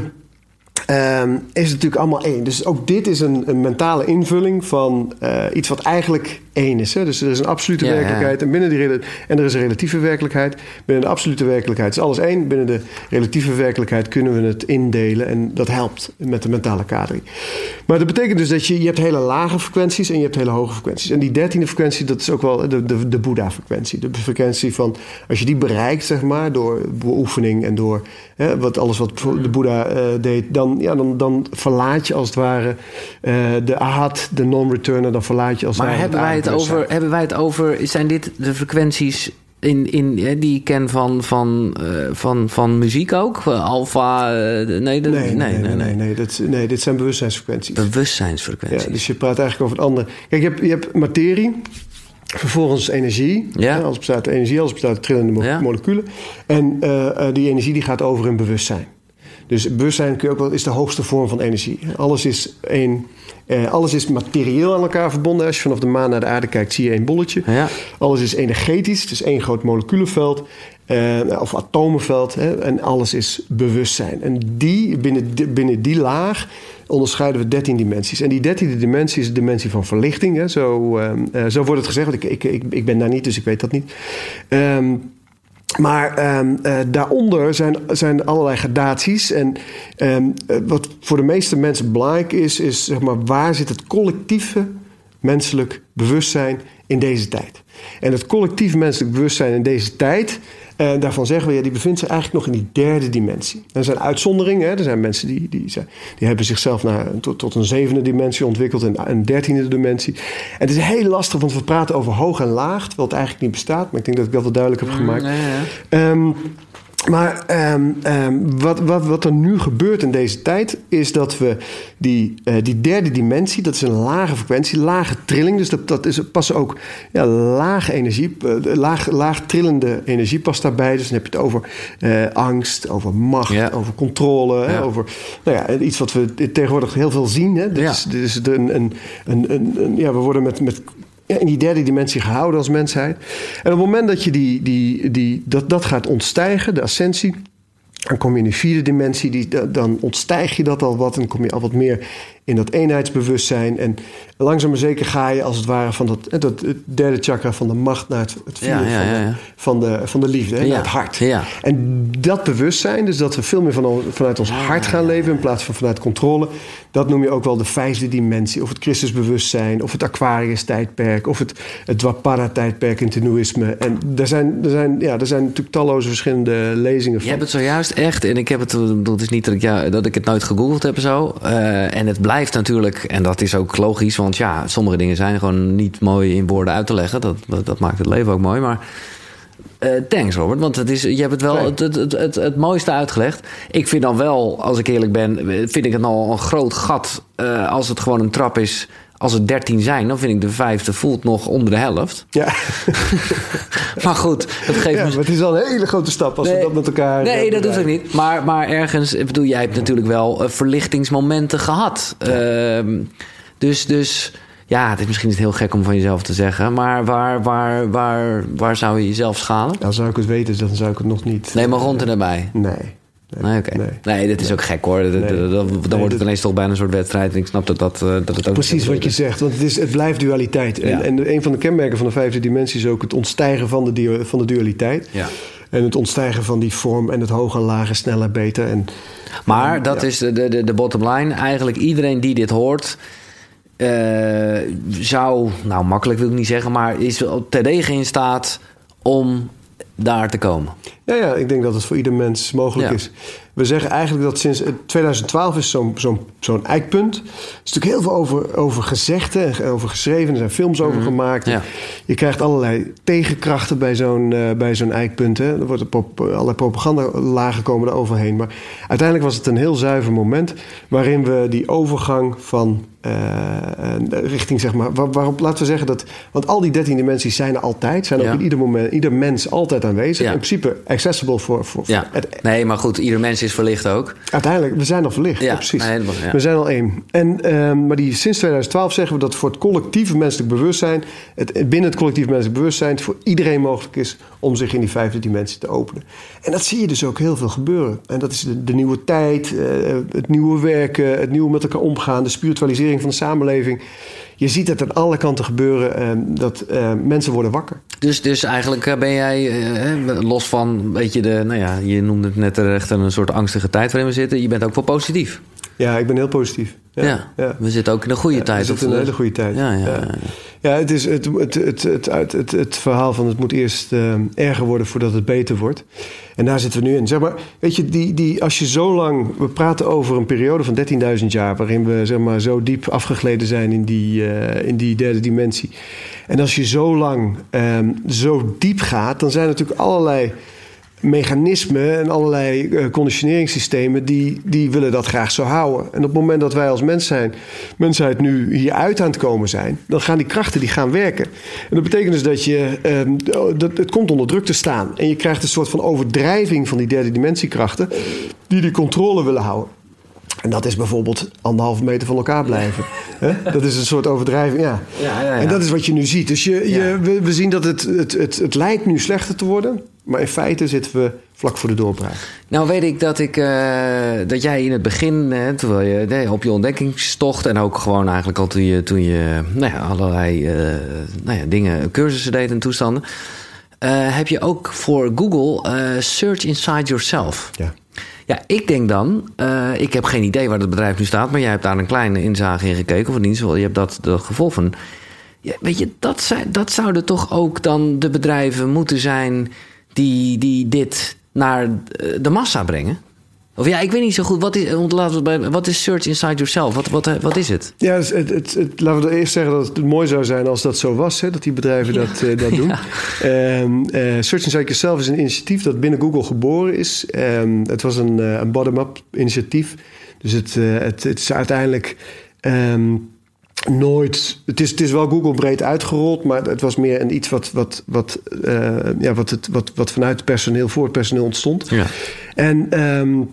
Um, is het natuurlijk allemaal één. Dus ook dit is een, een mentale invulling van uh, iets wat eigenlijk één is. Hè? Dus er is een absolute ja, werkelijkheid ja. en binnen die rela- en er is een relatieve werkelijkheid. Binnen de absolute werkelijkheid is alles één. Binnen de relatieve werkelijkheid kunnen we het indelen en dat helpt met de mentale kadering. Maar dat betekent dus dat je, je hebt hele lage frequenties en je hebt hele hoge frequenties. En die dertiende frequentie, dat is ook wel de, de, de Boeddha-frequentie. De frequentie van, als je die bereikt, zeg maar, door beoefening en door hè, wat, alles wat de Boeddha uh, deed, dan, ja, dan, dan verlaat je als het ware uh, de ahat, de non-returner, dan verlaat je als het maar ware. hebben wij het over, hebben wij het over, zijn dit de frequenties in, in, die ik ken van, van, uh, van, van muziek ook? Alpha, uh, nee, dat, nee, nee, nee, nee, nee, nee, nee, nee, dat, nee, dit zijn bewustzijnsfrequenties. Bewustzijnsfrequenties. Ja, dus je praat eigenlijk over het andere. Kijk, je hebt, je hebt materie, vervolgens energie. Ja. Alles bestaat uit energie, alles bestaat uit trillende mo- Ja. moleculen. En uh, uh, die energie die gaat over in bewustzijn. Dus bewustzijn kun je ook wel, is de hoogste vorm van energie. Alles is, één, uh, alles is materieel aan elkaar verbonden. Als je vanaf de maan naar de aarde kijkt, zie je één bolletje. Ja. Alles is energetisch, het is één groot moleculenveld. Uh, of atomenveld. Hè, en alles is bewustzijn. En die, binnen, die, binnen die laag onderscheiden we dertien dimensies. En die dertiende dimensie is de dimensie van verlichting. Hè. Zo, uh, uh, zo wordt het gezegd. Want ik, ik, ik, ik ben daar niet, dus ik weet dat niet. Um, Maar um, uh, daaronder zijn, zijn allerlei gradaties. En um, uh, wat voor de meeste mensen belangrijk is, is zeg maar, waar zit het collectieve menselijk bewustzijn in deze tijd? En het collectief menselijk bewustzijn in deze tijd, uh, daarvan zeggen we, ja, die bevindt zich eigenlijk nog in die derde dimensie. Er zijn uitzonderingen. Hè? Er zijn mensen die, die, die hebben zichzelf naar, tot, tot een zevende dimensie ontwikkeld en een dertiende dimensie. En het is heel lastig, want we praten over hoog en laag, terwijl het eigenlijk niet bestaat. Maar ik denk dat ik dat wel duidelijk heb gemaakt. Ja, ja. Um, Maar um, um, wat, wat, wat er nu gebeurt in deze tijd is dat we die, uh, die derde dimensie, dat is een lage frequentie, lage trilling. Dus dat, dat is, passen ook ja, lage energie, uh, laag, laag trillende energie past daarbij. Dus dan heb je het over uh, angst, over macht, ja. over controle. Ja. Hè, over nou ja, iets wat we tegenwoordig heel veel zien. Hè. Dit, ja. is, dit is een, een, een, een, een, ja, we worden met... met in die derde dimensie gehouden als mensheid. En op het moment dat je die, die, die, dat, dat gaat ontstijgen, de ascensie, dan kom je in die vierde dimensie, die, dan ontstijg je dat al wat en kom je al wat meer in dat eenheidsbewustzijn. En langzaam maar zeker ga je als het ware van dat, dat het derde chakra van de macht naar het, het vierde ja, ja, ja, ja. Van, de, van, de, van de liefde, ja. naar het hart. Ja. En dat bewustzijn, dus dat we veel meer van, vanuit ons hart gaan leven in plaats van vanuit controle, dat noem je ook wel de vijfde dimensie. Of het Christusbewustzijn, of het Aquarius-tijdperk, of het, het Dwapara-tijdperk in het Hindoeïsme. En er zijn, er, zijn, ja, er zijn natuurlijk talloze verschillende lezingen van. Je hebt het zojuist echt, en ik heb het, het is niet dat ik, ja, dat ik het nooit gegoogeld heb zo. Uh, en het blijft natuurlijk, en dat is ook logisch, want ja, sommige dingen zijn gewoon niet mooi in woorden uit te leggen. Dat, dat, dat maakt het leven ook mooi, maar... Uh, thanks Robert, want het is, je hebt het wel het, het, het, het, het mooiste uitgelegd. Ik vind dan wel, als ik eerlijk ben, vind ik het al een groot gat uh, als het gewoon een trap is. Als het dertien zijn, dan vind ik de vijfde voelt nog onder de helft. Ja. Maar goed, dat geeft ja, me... maar het is al een hele grote stap als nee, we dat met elkaar... Nee, dat doet ook niet. Maar, maar ergens, ik bedoel, jij hebt natuurlijk wel uh, verlichtingsmomenten gehad. Ja. Uh, dus... dus ja, het is misschien niet heel gek om van jezelf te zeggen. Maar waar, waar, waar, waar zou je jezelf schalen? Nou, zou ik het weten, dan zou ik het nog niet... Nee, maar rond en erbij? Nee. Nee, nee, okay. nee. nee, dit is nee. ook gek hoor. Nee. Dan, dan, dan nee, wordt het ineens toch bijna een soort wedstrijd. En ik snap dat, dat, dat het ook... Precies wat je zegt, want het, is, het blijft dualiteit. Ja. En, en een van de kenmerken van de vijfde dimensie is ook het ontstijgen van de, van de dualiteit. Ja. En het ontstijgen van die vorm en het hoger, lager, sneller, beter. En, maar en, dat ja. is de, de, de bottom line. Eigenlijk iedereen die dit hoort... Uh, zou, nou makkelijk wil ik niet zeggen... maar is terdege in staat om daar te komen. Ja, ja, ik denk dat het voor ieder mens mogelijk ja. is. We zeggen eigenlijk dat sinds twintig twaalf is zo'n, zo'n, zo'n eikpunt. Er is natuurlijk heel veel over, over gezegd en over geschreven. Er zijn films mm-hmm. over gemaakt. Ja. Je krijgt allerlei tegenkrachten bij zo'n, uh, bij zo'n eikpunt. Hè. Er wordt op, allerlei propagandalagen komen er overheen. Maar uiteindelijk was het een heel zuiver moment... waarin we die overgang van... Uh, richting, zeg maar, waar, waarop laten we zeggen dat... want al die dertien dimensies zijn er altijd. Zijn ja. ook in ieder moment, ieder mens altijd aanwezig. Ja. In principe accessible voor... voor ja. het, nee, maar goed, ieder mens is verlicht ook. Uiteindelijk, we zijn al verlicht. Ja, ja precies. Nee, ja. We zijn al één. En, um, maar die, sinds tweeduizend twaalf zeggen we dat voor het collectieve menselijk bewustzijn... Het, binnen het collectieve menselijk bewustzijn... het voor iedereen mogelijk is om zich in die vijfde dimensie te openen. En dat zie je dus ook heel veel gebeuren. En dat is de, de nieuwe tijd, uh, het nieuwe werken... het nieuwe met elkaar omgaan, de spiritualisering van de samenleving... Je ziet het aan alle kanten gebeuren, uh, dat uh, mensen worden wakker. Dus, dus eigenlijk ben jij, uh, los van, weet je, de, nou ja, je noemde het net terecht een soort angstige tijd waarin we zitten. Je bent ook wel positief. Ja, ik ben heel positief. Ja, ja, ja. We zitten ook in een goede ja, tijd. We zitten in een hele goede tijd. Ja, ja, ja. ja. ja het is het, het, het, het, het, het, het verhaal van het moet eerst uh, erger worden voordat het beter wordt. En daar zitten we nu in. Zeg maar, weet je, die, die, als je zo lang... We praten over een periode van dertienduizend jaar... waarin we zeg maar, zo diep afgegleden zijn in die, uh, in die derde dimensie. En als je zo lang um, zo diep gaat... dan zijn er natuurlijk allerlei... mechanismen en allerlei uh, conditioneringssystemen... Die, die willen dat graag zo houden. En op het moment dat wij als mens zijn, mensheid nu hieruit aan het komen zijn... dan gaan die krachten die gaan werken. En dat betekent dus dat je... Um, dat, het komt onder druk te staan. En je krijgt een soort van overdrijving van die derde dimensiekrachten... die die controle willen houden. En dat is bijvoorbeeld anderhalve meter van elkaar blijven. He? Dat is een soort overdrijving, ja. Ja, ja, ja. En dat is wat je nu ziet. Dus je, je, ja. we, we zien dat het, het, het, het lijkt nu slechter te worden... maar in feite zitten we vlak voor de doorbraak. Nou weet ik dat, ik, uh, dat jij in het begin... Hè, terwijl je nee, op je ontdekkingstocht... en ook gewoon eigenlijk al toen je, toen je nou ja, allerlei uh, nou ja, dingen, cursussen deed en toestanden... Uh, heb je ook voor Google uh, Search Inside Yourself... Ja. Ja, ik denk dan, uh, ik heb geen idee waar het bedrijf nu staat... maar jij hebt daar een kleine inzage in gekeken, of niet? Je hebt dat, dat gevolg van... Ja, weet je, dat, zijn, dat zouden toch ook dan de bedrijven moeten zijn... die, die dit naar de massa brengen? Of ja, ik weet niet zo goed, wat is, wat is Search Inside Yourself? Wat, wat, wat is het? Ja, het, het, het, het, laten we eerst zeggen dat het mooi zou zijn als dat zo was... Hè, dat die bedrijven ja. dat, uh, dat doen. Ja. Um, uh, Search Inside Yourself is een initiatief dat binnen Google geboren is. Um, het was een, uh, een bottom-up initiatief. Dus het, uh, het, het is uiteindelijk... Um, Nooit. Het is, het is wel Google breed uitgerold, maar het was meer een iets wat, wat, wat, uh, ja, wat, het, wat, wat vanuit het personeel voor het personeel ontstond. Ja. En um,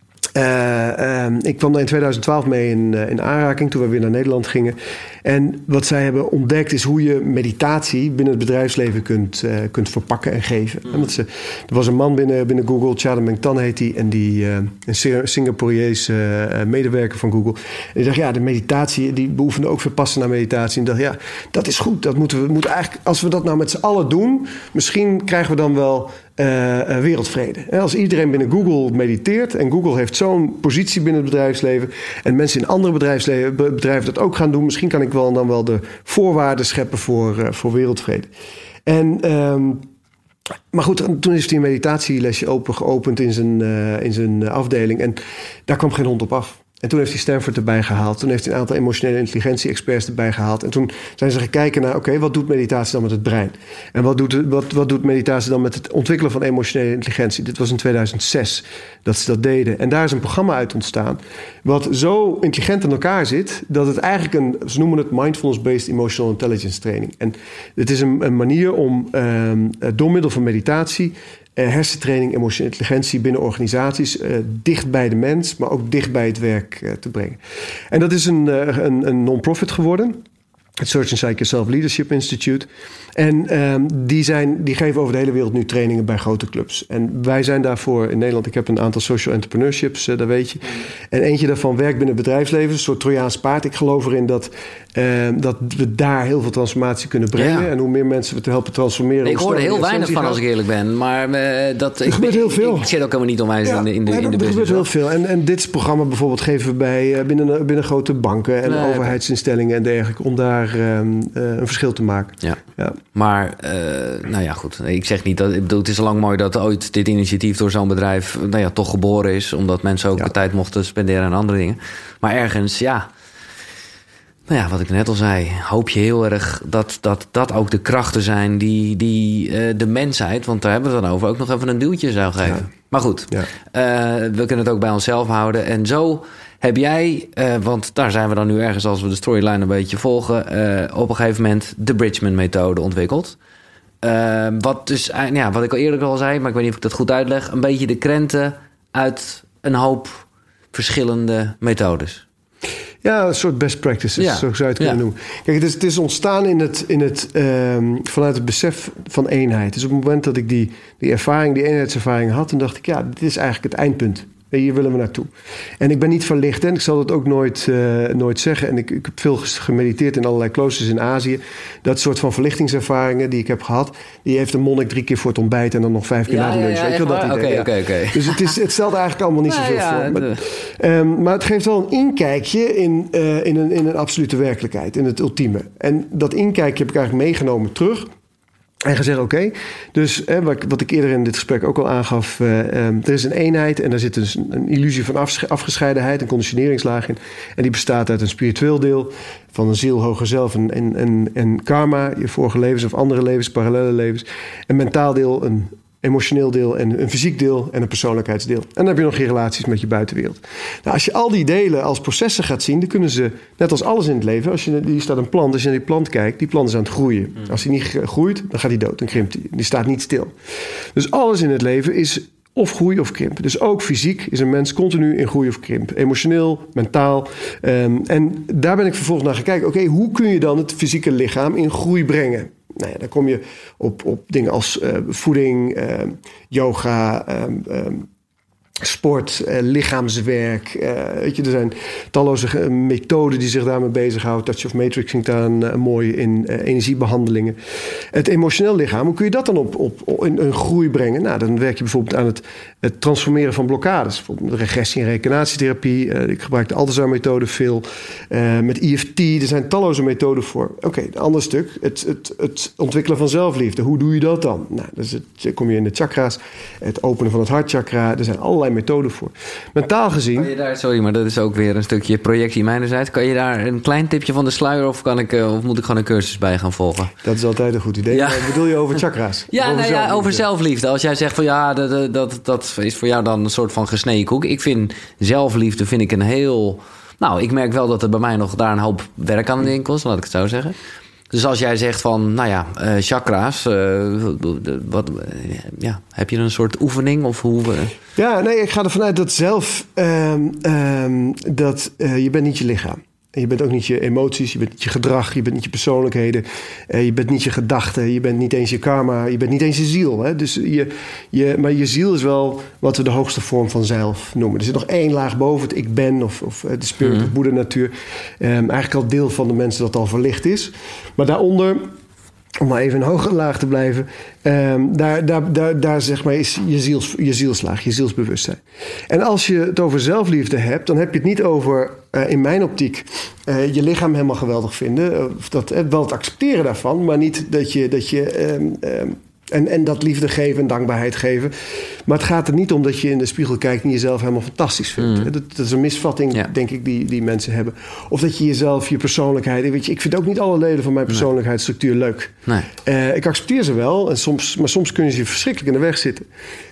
uh, um, ik kwam daar in tweeduizend twaalf mee in, uh, in aanraking toen we weer naar Nederland gingen. En wat zij hebben ontdekt is hoe je meditatie binnen het bedrijfsleven kunt, uh, kunt verpakken en geven. Mm. En dat ze, er was een man binnen, binnen Google, Chada Meng Tan heet hij, en die uh, een Singaporeese uh, medewerker van Google. En die dacht, ja, de meditatie, die beoefende ook Vipassana meditatie. En dacht, ja, dat is goed. Dat moeten we moeten eigenlijk, als we dat nou met z'n allen doen, misschien krijgen we dan wel uh, wereldvrede. En als iedereen binnen Google mediteert en Google heeft zo'n positie binnen het bedrijfsleven en mensen in andere bedrijfsleven, bedrijven dat ook gaan doen, misschien kan ik wel dan wel de voorwaarden scheppen voor, uh, voor wereldvrede. En, um, maar goed, toen is hij een meditatielesje open geopend in zijn, uh, in zijn afdeling. En daar kwam geen hond op af. En toen heeft hij Stanford erbij gehaald. Toen heeft hij een aantal emotionele intelligentie-experts erbij gehaald. En toen zijn ze gekeken naar, oké, okay, wat doet meditatie dan met het brein? En wat doet, wat, wat doet meditatie dan met het ontwikkelen van emotionele intelligentie? Dit was in tweeduizend zes dat ze dat deden. En daar is een programma uit ontstaan wat zo intelligent in elkaar zit, dat het eigenlijk een, ze noemen het mindfulness-based emotional intelligence training. En het is een, een manier om um, door middel van meditatie Uh, hersentraining, emotionele intelligentie binnen organisaties uh, dicht bij de mens, maar ook dicht bij het werk uh, te brengen. En dat is een, uh, een, een non-profit geworden. Het Search Inside Yourself Leadership Institute. En um, die, zijn, die geven over de hele wereld nu trainingen bij grote clubs. En wij zijn daarvoor in Nederland. Ik heb een aantal social entrepreneurships, uh, dat weet je. En eentje daarvan werkt binnen het bedrijfsleven. Een soort Trojaans paard. Ik geloof erin dat, uh, dat we daar heel veel transformatie kunnen brengen. Ja. En hoe meer mensen we te helpen transformeren. Ik hoor er heel weinig van, als ik eerlijk ben. Maar uh, dat, er gebeurt ik, heel veel. Ik, ik zit ook helemaal niet onwijs ja, in de, in de, nee, in de er business. Er gebeurt heel veel. En, en dit programma bijvoorbeeld geven we bij, uh, binnen, binnen grote banken en nee, overheidsinstellingen en dergelijke. Om daar Um, uh, een verschil te maken. Ja. Ja. Maar, uh, nou ja, goed. Ik zeg niet dat. Ik bedoel, het is al lang mooi dat ooit dit initiatief door zo'n bedrijf, nou ja, toch geboren is. Omdat mensen ook ja. de tijd mochten spenderen aan andere dingen. Maar ergens, ja. Nou ja, wat ik net al zei, hoop je heel erg dat dat, dat ook de krachten zijn die, die uh, de mensheid, want daar hebben we het dan over, ook nog even een duwtje zou geven. Ja. Maar goed, ja. uh, we kunnen het ook bij onszelf houden. En zo heb jij, uh, want daar zijn we dan nu ergens als we de storyline een beetje volgen, uh, op een gegeven moment de Bridgman-methode ontwikkeld. Uh, wat, dus, uh, ja, wat ik al eerder al zei, maar ik weet niet of ik dat goed uitleg. Een beetje de krenten uit een hoop verschillende methodes. Ja, een soort best practices, ja. Zo zou je het kunnen ja. noemen. Kijk, het is, het is ontstaan in het, in het, um, vanuit het besef van eenheid. Dus op het moment dat ik die, die ervaring, die eenheidservaring had... toen dacht ik, ja, dit is eigenlijk het eindpunt. Hier willen we naartoe. En ik ben niet verlicht en ik zal dat ook nooit, uh, nooit zeggen. En ik, ik heb veel gemediteerd in allerlei kloosters in Azië. Dat soort van verlichtingservaringen die ik heb gehad... die heeft een monnik drie keer voor het ontbijt... en dan nog vijf keer ja, na de lunch. Ja, ja, Weet je wel, dat idee? Okay, okay, okay. Dus het, is, het stelt eigenlijk allemaal niet zoveel nou, ja, voor. Maar, um, maar het geeft wel een inkijkje in, uh, in, een, in een absolute werkelijkheid. In het ultieme. En dat inkijkje heb ik eigenlijk meegenomen terug... En gezegd, oké, okay, dus hè, wat, wat ik eerder in dit gesprek ook al aangaf... Uh, um, er is een eenheid en daar zit dus een illusie van afge- afgescheidenheid... een conditioneringslaag in. En die bestaat uit een spiritueel deel... van een ziel, hoger zelf en, en, en, en karma... je vorige levens of andere levens, parallele levens. Een mentaal deel, een emotioneel deel en een fysiek deel... en een persoonlijkheidsdeel. En dan heb je nog je relaties met je buitenwereld. Nou, als je al die delen als processen gaat zien... dan kunnen ze, net als alles in het leven... als je, hier staat een plant, als je naar die plant kijkt... die plant is aan het groeien. Mm. Als die niet groeit, dan gaat die dood, dan krimpt die. Die staat niet stil. Dus alles in het leven is of groei of krimp. Dus ook fysiek is een mens continu in groei of krimp. Emotioneel, mentaal. Um, en daar ben ik vervolgens naar gaan kijken. Oké, okay, hoe kun je dan het fysieke lichaam in groei brengen? Nou ja, dan kom je op, op dingen als uh, voeding, uh, yoga, um, um, sport, uh, lichaamswerk. Uh, weet je, er zijn talloze uh, methoden die zich daarmee bezighouden. Touch of Matrixing staan uh, mooi in uh, energiebehandelingen. Het emotioneel lichaam, hoe kun je dat dan op, op, op in een groei brengen? Nou, dan werk je bijvoorbeeld aan het, het transformeren van blokkades. Bijvoorbeeld regressie- en reïncarnatietherapie. Uh, ik gebruik de Althusser-methode veel. Uh, met E F T, er zijn talloze methoden voor. Oké, okay, een ander stuk. Het, het, het ontwikkelen van zelfliefde. Hoe doe je dat dan? Nou, dus het, dan kom je in de chakra's. Het openen van het hartchakra. Er zijn allerlei methoden voor. Mentaal gezien... Kan je daar, sorry, maar dat is ook weer een stukje projectie mijnerzijds. Kan je daar een klein tipje van de sluier... of, kan ik, of moet ik gewoon een cursus bij gaan volgen? Dat is altijd een goed idee. Ja. Maar bedoel je over chakra's? Ja, over, nou zelfliefde? Ja, over zelfliefde. Als jij zegt van ja, dat, dat, dat is voor jou dan een soort van gesneden koek. Ik vind zelfliefde vind ik een heel... Nou, ik merk wel dat er bij mij nog daar een hoop werk aan de winkel is. Laat ik het zo zeggen. Dus als jij zegt van, nou ja, uh, chakra's, uh, wat, uh, ja, heb je een soort oefening of hoe? Uh... Ja, nee, ik ga ervan uit dat zelf, um, um, dat uh, je bent niet je lichaam. En je bent ook niet je emoties, je bent niet je gedrag, je bent niet je persoonlijkheden, uh, je bent niet je gedachten, je bent niet eens je karma, je bent niet eens je ziel. Hè? Dus je, je, maar je ziel is wel wat we de hoogste vorm van zelf noemen. Er zit nog één laag boven het ik ben of, of de spirit mm-hmm. of Boeddha natuur. Um, eigenlijk al deel van de mensen dat al verlicht is. Maar daaronder... om maar even een hogere laag te blijven... Um, daar, daar, daar, daar zeg maar is je, ziels, je zielslaag, je zielsbewustzijn. En als je het over zelfliefde hebt... dan heb je het niet over, uh, in mijn optiek... Uh, je lichaam helemaal geweldig vinden. Of dat, uh, wel het accepteren daarvan... maar niet dat je... Dat je um, um, En, en dat liefde geven en dankbaarheid geven. Maar het gaat er niet om dat je in de spiegel kijkt... en jezelf helemaal fantastisch vindt. Mm. Dat, dat is een misvatting, ja. denk ik, die, die mensen hebben. Of dat je jezelf, je persoonlijkheid... Weet je, ik vind ook niet alle leden van mijn persoonlijkheidsstructuur leuk. Nee. Uh, ik accepteer ze wel, en soms, maar soms kunnen ze je verschrikkelijk in de weg zitten.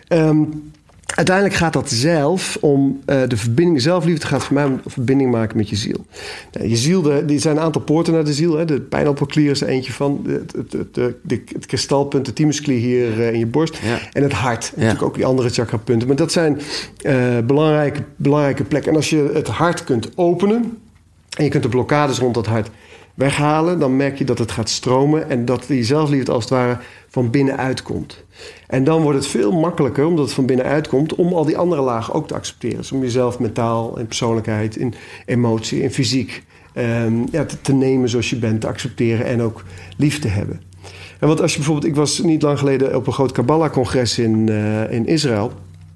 Um, Uiteindelijk gaat dat zelf om uh, de verbinding. Zelfliefde gaat voor mij om verbinding maken met je ziel. Nou, je ziel, er zijn een aantal poorten naar de ziel. Hè. De pijnappelklier is er eentje van. Het, het, het, het, de, het kristalpunt, de thymusklier hier uh, in je borst. Ja. En het hart. En ja. natuurlijk ook die andere chakrapunten. Maar dat zijn uh, belangrijke, belangrijke plekken. En als je het hart kunt openen... en je kunt de blokkades rond dat hart weghalen... dan merk je dat het gaat stromen... en dat die zelfliefde als het ware van binnenuit komt. En dan wordt het veel makkelijker, omdat het van binnenuit komt... om al die andere lagen ook te accepteren. Dus om jezelf mentaal, in persoonlijkheid, in emotie, in fysiek... Um, ja, te, te nemen zoals je bent, te accepteren en ook lief te hebben. En want als je bijvoorbeeld... Ik was niet lang geleden op een groot Kabbalah-congres in, uh, in Israël...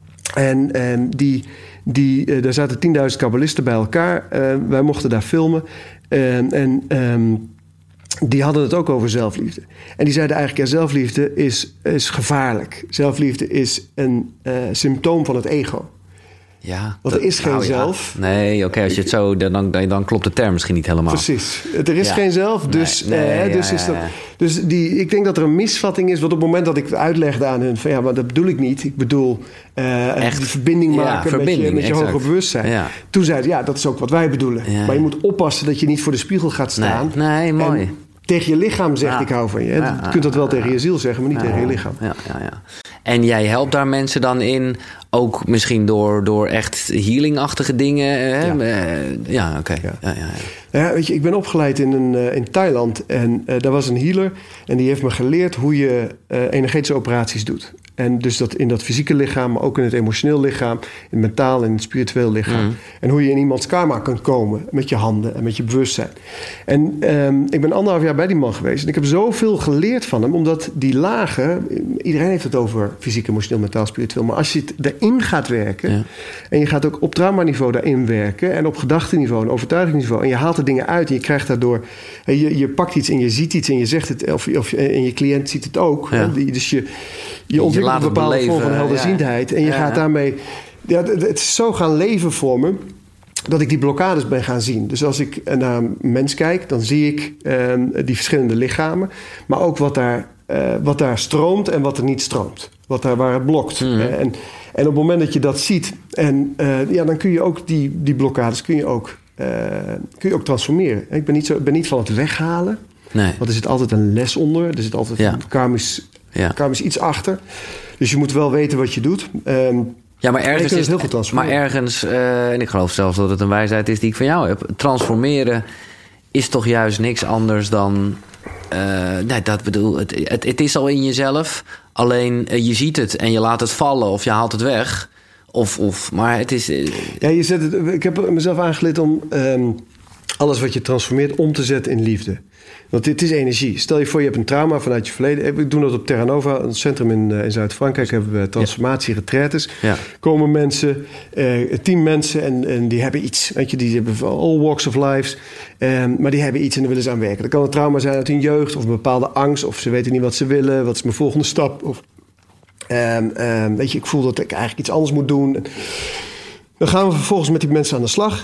En um, die, die, uh, daar zaten tienduizend kabbalisten bij elkaar. Uh, wij mochten daar filmen. Uh, en um, die hadden het ook over zelfliefde. En die zeiden eigenlijk, ja, zelfliefde is, is gevaarlijk. Zelfliefde is een uh, symptoom van het ego. Ja, want er is geen nou, zelf. Ja. Nee, oké, okay, als je het zo... Dan, dan klopt de term misschien niet helemaal. Precies. Er is ja. geen zelf, dus... Nee, nee, eh, dus, ja, is dat, ja, ja. dus die, ik denk dat er een misvatting is... want op het moment dat ik uitlegde aan hen... van ja, maar dat bedoel ik niet. Ik bedoel uh, die verbinding maken ja, verbinding, met je, met je hoger bewustzijn. Ja. Toen zeiden ja, dat is ook wat wij bedoelen. Ja. Maar je moet oppassen dat je niet voor de spiegel gaat staan. Nee, nee mooi. En, tegen je lichaam zegt Ja. ik hou van je. Hè? Ja, je kunt dat wel ja, tegen ja. je ziel zeggen, maar niet Ja, tegen je lichaam. Ja, ja, ja. En jij helpt daar mensen dan in, ook misschien door, door echt healingachtige dingen. Hè? Ja. Uh, ja, oké. Okay. Ja. Ja, ja, ja. Ja, weet je, ik ben opgeleid in, een, uh, in Thailand en uh, daar was een healer en die heeft me geleerd hoe je uh, energetische operaties doet. En dus dat in dat fysieke lichaam, maar ook in het emotioneel lichaam, in het mentaal en het spiritueel lichaam. Mm. En hoe je in iemands karma kunt komen met je handen en met je bewustzijn. En um, ik ben anderhalf jaar bij die man geweest en ik heb zoveel geleerd van hem, omdat die lagen, iedereen heeft het over fysiek, emotioneel, mentaal, spiritueel, maar als je het erin gaat werken, ja. en je gaat ook op traumaniveau daarin werken en op gedachtenniveau en overtuigingsniveau en je haalt er dingen uit en je krijgt daardoor, je, je pakt iets en je ziet iets en je zegt het, of, of en je cliënt ziet het ook. Ja. Hè? Dus je, je ontwikkelt een bepaalde beleven, vorm van helderziendheid. Ja. En je ja, gaat daarmee... Ja, het is zo gaan leven voor me, dat ik die blokkades ben gaan zien. Dus als ik naar een mens kijk, dan zie ik um, die verschillende lichamen. Maar ook wat daar, uh, wat daar stroomt en wat er niet stroomt. Wat daar, waar het blokt. Mm. En, en op het moment dat je dat ziet, en, uh, ja, dan kun je ook die, die blokkades kun je ook, uh, kun je ook transformeren. Ik ben niet, zo, ben niet van het weghalen. Nee. Want er zit altijd een les onder. Er zit altijd ja. een karmisch, ja. karmisch iets achter. Dus je moet wel weten wat je doet. Um, ja, maar ergens is heel veel maar ergens, uh, en ik geloof zelfs dat het een wijsheid is die ik van jou heb. Transformeren is toch juist niks anders dan. Uh, nee, dat bedoel, het, het, het is al in jezelf. Alleen uh, je ziet het en je laat het vallen of je haalt het weg. Of, of maar het is. Uh, ja, je zet het. Ik heb mezelf aangeleerd om um, alles wat je transformeert om te zetten in liefde. Want dit is energie. Stel je voor, je hebt een trauma vanuit je verleden. We doen dat op Terra Nova, een centrum in, in Zuid-Frankrijk. Hebben we transformatie-retretes. Ja. Komen mensen, eh, tien mensen en, en die hebben iets. Weet je, die hebben van all walks of lives. Um, maar die hebben iets en daar willen ze aan werken. Dat kan een trauma zijn uit hun jeugd of een bepaalde angst. Of ze weten niet wat ze willen. Wat is mijn volgende stap? Of, um, um, weet je, ik voel dat ik eigenlijk iets anders moet doen. Dan gaan we vervolgens met die mensen aan de slag.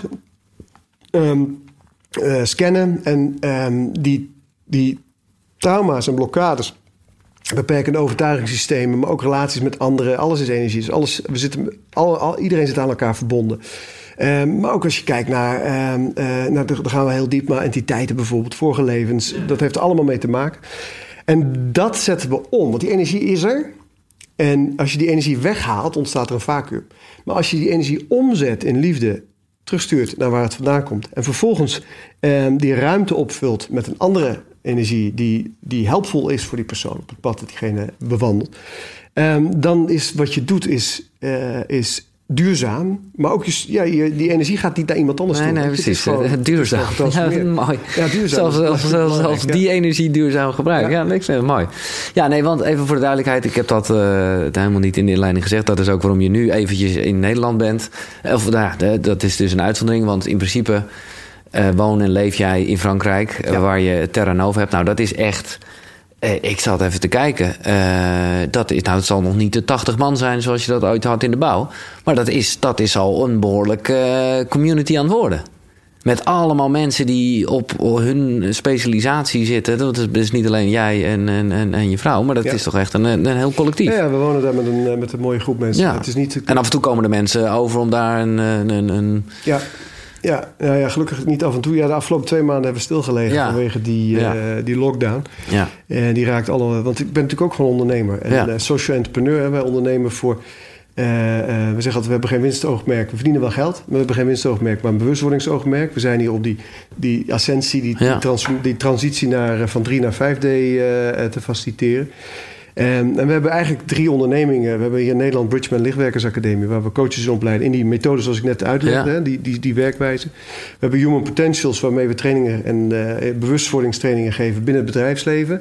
Um, Uh, scannen en um, die, die trauma's en blokkades, beperkende overtuigingssystemen, maar ook relaties met anderen, alles is energie. Dus alles, we zitten, al, al, iedereen zit aan elkaar verbonden. Um, maar ook als je kijkt naar, um, uh, naar, dan gaan we heel diep naar entiteiten bijvoorbeeld, vorige levens. Dat heeft er allemaal mee te maken. En dat zetten we om, want die energie is er. En als je die energie weghaalt, ontstaat er een vacuüm. Maar als je die energie omzet in liefde, terugstuurt naar waar het vandaan komt. En vervolgens eh, die ruimte opvult met een andere energie die, die helpvol is voor die persoon op het pad dat diegene bewandelt. Um, dan is wat je doet is, uh, is duurzaam. Maar ook je, ja, je, die energie gaat niet naar iemand anders nee, toe. Nee, precies. Gewoon, duurzaam. Ja, mooi. Ja, duurzaam. Zelfs, zelfs, zelfs, zelfs die energie duurzaam gebruiken. Ja. ja, ik vind het mooi. Ja, nee, want even voor de duidelijkheid. Ik heb dat uh, helemaal niet in de inleiding gezegd. Dat is ook waarom je nu eventjes in Nederland bent. Of nou, dat is dus een uitzondering. Want in principe uh, woon en leef jij in Frankrijk. Ja. Uh, waar je Terra Nova hebt. Nou, dat is echt... Ik zat even te kijken. Uh, dat is, nou, het zal nog niet de tachtig man zijn zoals je dat ooit had in de bouw. Maar dat is, dat is al een behoorlijk uh, community aan het worden. Met allemaal mensen die op hun specialisatie zitten. Dat is dus niet alleen jij en, en, en je vrouw. Maar dat ja. is toch echt een, een heel collectief. Ja, ja, we wonen daar met een, met een mooie groep mensen. Ja. Het is niet... En af en toe komen de mensen over om daar een... een, een... Ja. Ja, ja, ja, gelukkig niet af en toe. Ja, de afgelopen twee maanden hebben we stilgelegen ja. vanwege die, ja. uh, die lockdown. Ja. En die raakt alle... Want ik ben natuurlijk ook gewoon ondernemer. En ja. uh, social entrepreneur. Wij ondernemen voor... Uh, uh, we zeggen altijd, we hebben geen winstoogmerk. We verdienen wel geld, maar we hebben geen winstoogmerk, maar een bewustwordingsoogmerk. We zijn hier op die, die ascensie, die, ja. die, trans, die transitie naar, van drie naar vijf D uh, te faciliteren. En, en we hebben eigenlijk drie ondernemingen. We hebben hier in Nederland Bridgman Lichtwerkersacademie, waar we coaches opleiden in die methode zoals ik net uitlegde, ja. hè, die, die, die werkwijze. We hebben Human Potentials, waarmee we trainingen en uh, bewustwordingstrainingen geven binnen het bedrijfsleven.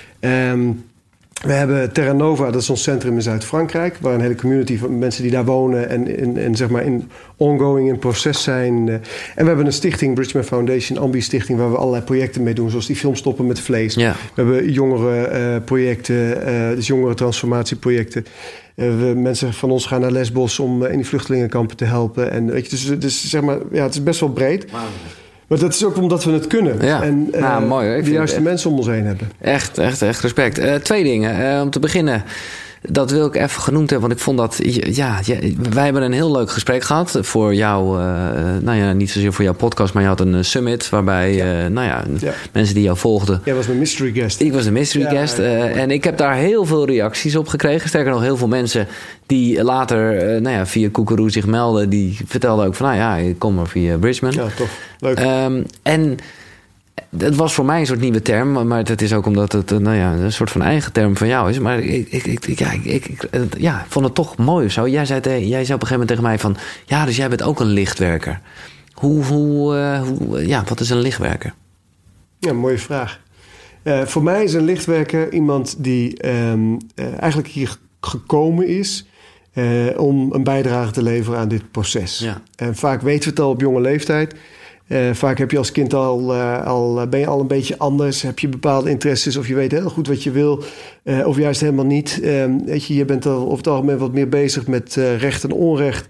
Um, We hebben Terra Nova, dat is ons centrum in Zuid-Frankrijk, waar een hele community van mensen die daar wonen en, en, en zeg maar in ongoing in proces zijn. En we hebben een stichting, Bridgman Foundation, Ambi Stichting, waar we allerlei projecten mee doen, zoals die film Stoppen met Vlees. Ja. We hebben jongere uh, projecten, uh, dus jongere transformatieprojecten. Uh, we, mensen van ons gaan naar Lesbos om uh, in die vluchtelingenkampen te helpen. En weet je, dus, dus zeg maar, ja, het is best wel breed. Wow. Maar dat is ook omdat we het kunnen. Ja. En uh, nou, mooi, hoor. de juiste mensen om ons heen hebben. Echt, echt, echt respect. Uh, twee dingen. Uh, om te beginnen. dat wil ik even genoemd hebben. Want ik vond dat... Ja, ja, wij hebben een heel leuk gesprek gehad. Voor jou... Uh, nou ja, niet zozeer voor jouw podcast... maar je had een summit waarbij... Ja. Uh, nou ja, ja, mensen die jou volgden... Jij was mijn mystery guest. Ik was een mystery ja, guest. Uh, ja. En ik heb daar heel veel reacties op gekregen. Sterker nog, heel veel mensen... die later uh, nou ja, via Koekeroe zich melden... die vertelden ook van... nou ja, ik kom maar via Bridgman. Ja, tof. Leuk. Um, en... Het was voor mij een soort nieuwe term, maar het is ook omdat het nou ja, een soort van eigen term van jou is. Maar ik, ik, ik, ja, ik, ik ja, vond het toch mooi of zo. Jij zei, te, jij zei op een gegeven moment tegen mij van... ja, dus jij bent ook een lichtwerker. Hoe, hoe, uh, hoe ja, wat is een lichtwerker? Ja, mooie vraag. Uh, voor mij is een lichtwerker iemand die um, uh, eigenlijk hier gekomen is... Uh, om een bijdrage te leveren aan dit proces. Ja. En vaak weten we het al op jonge leeftijd... Uh, vaak heb je als kind al, uh, al, ben je al een beetje anders. Heb je bepaalde interesses of je weet heel goed wat je wil. Uh, of juist helemaal niet. Um, weet je, je bent al over het algemeen wat meer bezig met uh, recht en onrecht.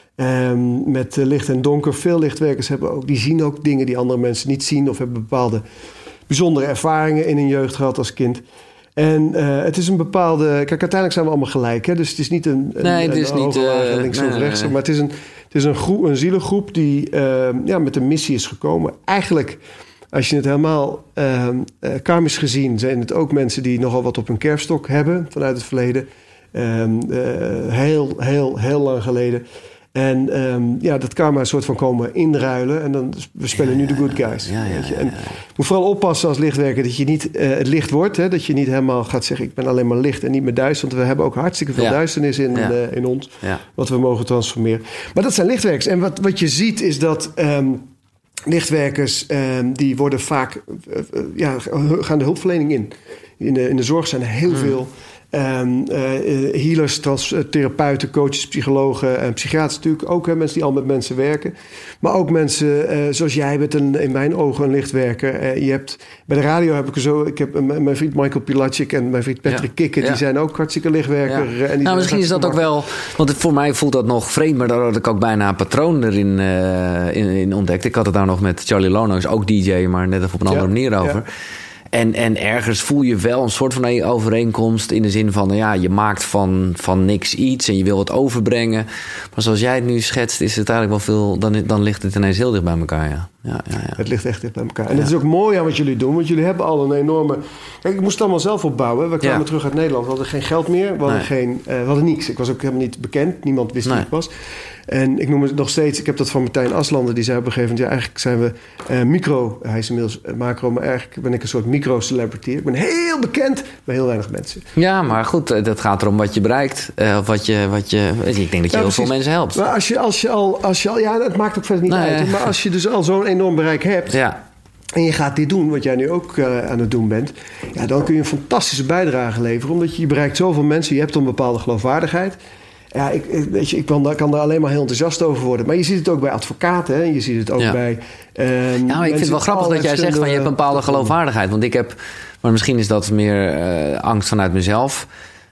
Um, met uh, licht en donker. Veel lichtwerkers hebben ook, die zien ook dingen die andere mensen niet zien. Of hebben bepaalde bijzondere ervaringen in hun jeugd gehad als kind. En uh, het is een bepaalde... Kijk, uiteindelijk zijn we allemaal gelijk. Hè? Dus het is niet een, een, nee, het is een niet, uh, links nee, of rechts. nee, nee. Maar het is een, het is een, groep, een zielengroep die uh, ja, met een missie is gekomen. Eigenlijk, als je het helemaal uh, uh, karmisch gezien... zijn het ook mensen die nogal wat op hun kerfstok hebben... vanuit het verleden. Uh, uh, heel, heel, heel lang geleden... En um, ja, dat karma een soort van komen inruilen. En dan we spelen ja, nu de good guys. Ja, ja, weet je. En je moet vooral oppassen als lichtwerker dat je niet uh, het licht wordt. Hè? Dat je niet helemaal gaat zeggen, ik ben alleen maar licht en niet meer duister. Want we hebben ook hartstikke veel ja. duisternis in, ja. uh, in ons. Ja. Wat we mogen transformeren. Maar dat zijn lichtwerkers. En wat, wat je ziet is dat... Um, lichtwerkers, um, die worden vaak... Uh, uh, ja, gaan de hulpverlening in. In de, in de zorg zijn er heel hmm. veel... Um, uh, healers, trans, uh, therapeuten, coaches, psychologen en psychiaters natuurlijk ook. Hè, mensen die al met mensen werken. Maar ook mensen uh, zoals jij bent een, in mijn ogen een lichtwerker. Uh, je hebt, bij de radio heb ik er zo... Ik heb uh, mijn vriend Michael Pilacic en mijn vriend Patrick ja. Kikker... die ja. zijn ook hartstikke lichtwerker. Ja. En die nou, misschien is dat ook wel... Want het, voor mij voelt dat nog vreemd... maar daar had ik ook bijna een patroon erin uh, in, in ontdekt. Ik had het daar nog met Charlie Lono's, ook D J... maar net even op een andere ja. manier over... Ja. En, en ergens voel je wel een soort van overeenkomst... in de zin van, ja, je maakt van, van niks iets... en je wil het overbrengen. Maar zoals jij het nu schetst, is het eigenlijk wel veel... dan, dan ligt het ineens heel dicht bij elkaar, ja. Ja, ja, ja. Het ligt echt dicht bij elkaar. En ja. het is ook mooi aan wat jullie doen... want jullie hebben al een enorme... Kijk, ik moest het allemaal zelf opbouwen. We kwamen ja. terug uit Nederland. We hadden geen geld meer. We hadden, nee. geen, uh, we hadden niks. Ik was ook helemaal niet bekend. Niemand wist nee. wie ik was. En ik noem het nog steeds... Ik heb dat van Martijn Aslander. Die zei op een gegeven moment... ja, eigenlijk zijn we uh, micro... Hij is inmiddels macro... maar eigenlijk ben ik een soort micro-celebrity. Ik ben heel bekend bij heel weinig mensen. Ja, maar goed. Dat gaat erom wat je bereikt. Uh, of wat je, wat je... Ik denk dat je ja, heel precies. veel mensen helpt. Maar als je, als je al... Als je al ja, het maakt ook verder niet nee. uit. Maar als je dus al zo'n enorm bereik hebt... Ja. en je gaat dit doen, wat jij nu ook uh, aan het doen bent... ja, dan kun je een fantastische bijdrage leveren... omdat je, je bereikt zoveel mensen, je hebt een bepaalde geloofwaardigheid. Ja, ik, weet je, ik kan, kan daar alleen maar heel enthousiast over worden. Maar je ziet het ook bij advocaten, hè? Je ziet het ook ja. bij... Uh, ja, maar ik vind het wel grappig dat jij zegt van je hebt een bepaalde geloofwaardigheid. Want ik heb, maar misschien is dat meer uh, angst vanuit mezelf...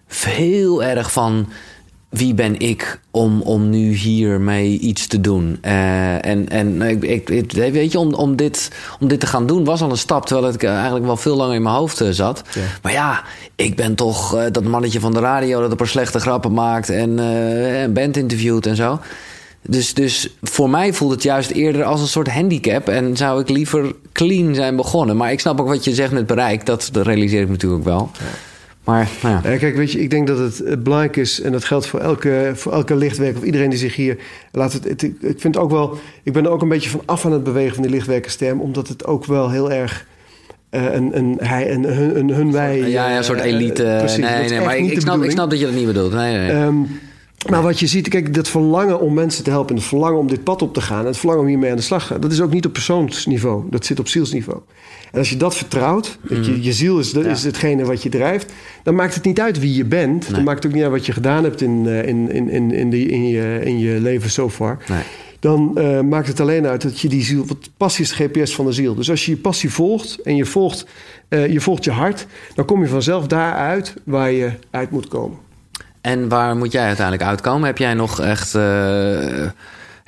heel erg van... wie ben ik om, om nu hiermee iets te doen? Uh, en en ik, ik, weet je, om, om, dit, om dit te gaan doen was al een stap... terwijl het eigenlijk wel veel langer in mijn hoofd zat. Ja. Maar ja, ik ben toch uh, dat mannetje van de radio... dat een paar slechte grappen maakt en uh, een band interviewt en zo. Dus, dus voor mij voelt het juist eerder als een soort handicap... en zou ik liever clean zijn begonnen. Maar ik snap ook wat je zegt met bereik. Dat, dat realiseer ik natuurlijk ook wel. Ja. Maar, nou ja. Ja, kijk, weet je, ik denk dat het belangrijk is... en dat geldt voor elke, voor elke lichtwerker... of iedereen die zich hier... Laat het, het, ik vind ook wel... Ik ben er ook een beetje van af aan het bewegen van die lichtwerkersterm... omdat het ook wel heel erg... Uh, een, een, hij, een, hun, een hun wij... Ja, ja, een soort elite. Uh, precies, nee, nee, maar ik, ik, snap, ik snap dat je dat niet bedoelt. Nee, nee. Um, maar wat je ziet, kijk, dat verlangen om mensen te helpen... en het verlangen om dit pad op te gaan... en het verlangen om hiermee aan de slag te gaan... dat is ook niet op persoonsniveau. Dat zit op zielsniveau. En als je dat vertrouwt, dat je, je ziel is, dat ja. is hetgene wat je drijft... dan maakt het niet uit wie je bent. Nee. Dan maakt het ook niet uit wat je gedaan hebt in, in, in, in, in, die, in, je, in je leven so far. Nee. Dan uh, maakt het alleen uit dat je die ziel... Want passie is de G P S van de ziel. Dus als je je passie volgt en je volgt, uh, je volgt je hart... dan kom je vanzelf daaruit waar je uit moet komen. En waar moet jij uiteindelijk uitkomen? Heb jij nog echt... Uh...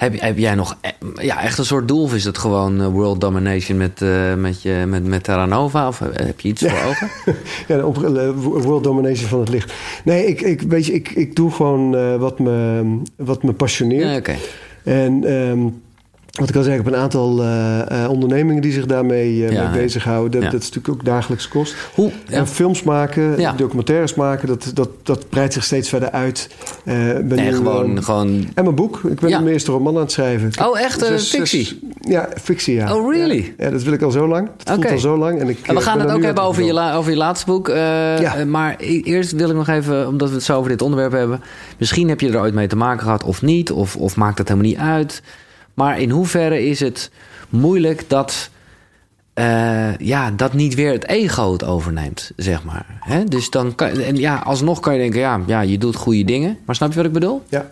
Heb, heb jij nog ja, echt een soort doel? Of is het gewoon uh, world domination met, uh, met, je, met, met Terra Nova? Of heb je iets ja. voor ogen? Ja, de op, uh, world domination van het licht. Nee, ik, ik, weet je, ik, ik doe gewoon uh, wat, me, wat me passioneert. Ja, okay. En um, wat ik al zei, ik heb een aantal uh, uh, ondernemingen die zich daarmee uh, ja, mee bezighouden. Dat, ja. dat is natuurlijk ook dagelijks kost. Hoe? Ja. En films maken, ja. documentaires maken, dat, dat, dat breidt zich steeds verder uit. Uh, ben en nu, gewoon, uh, gewoon... En mijn boek. Ik ben ja. mijn eerste roman aan het schrijven. Oh, echt? Uh, zes, fictie? Zes, ja, fictie, ja. Oh, really? Ja, ja, dat wil ik al zo lang. Dat voelt okay. al zo lang. En, ik, en we gaan het ook hebben over je, la- over je laatste boek. Uh, ja. uh, maar eerst wil ik nog even, omdat we het zo over dit onderwerp hebben. Misschien heb je er ooit mee te maken gehad of niet. Of, of maakt het helemaal niet uit. Maar in hoeverre is het moeilijk dat, uh, ja, dat niet weer het ego het overneemt, zeg maar. Hè? Dus dan kan, en ja, alsnog kan je denken, ja, ja, je doet goede dingen. Maar snap je wat ik bedoel? Ja.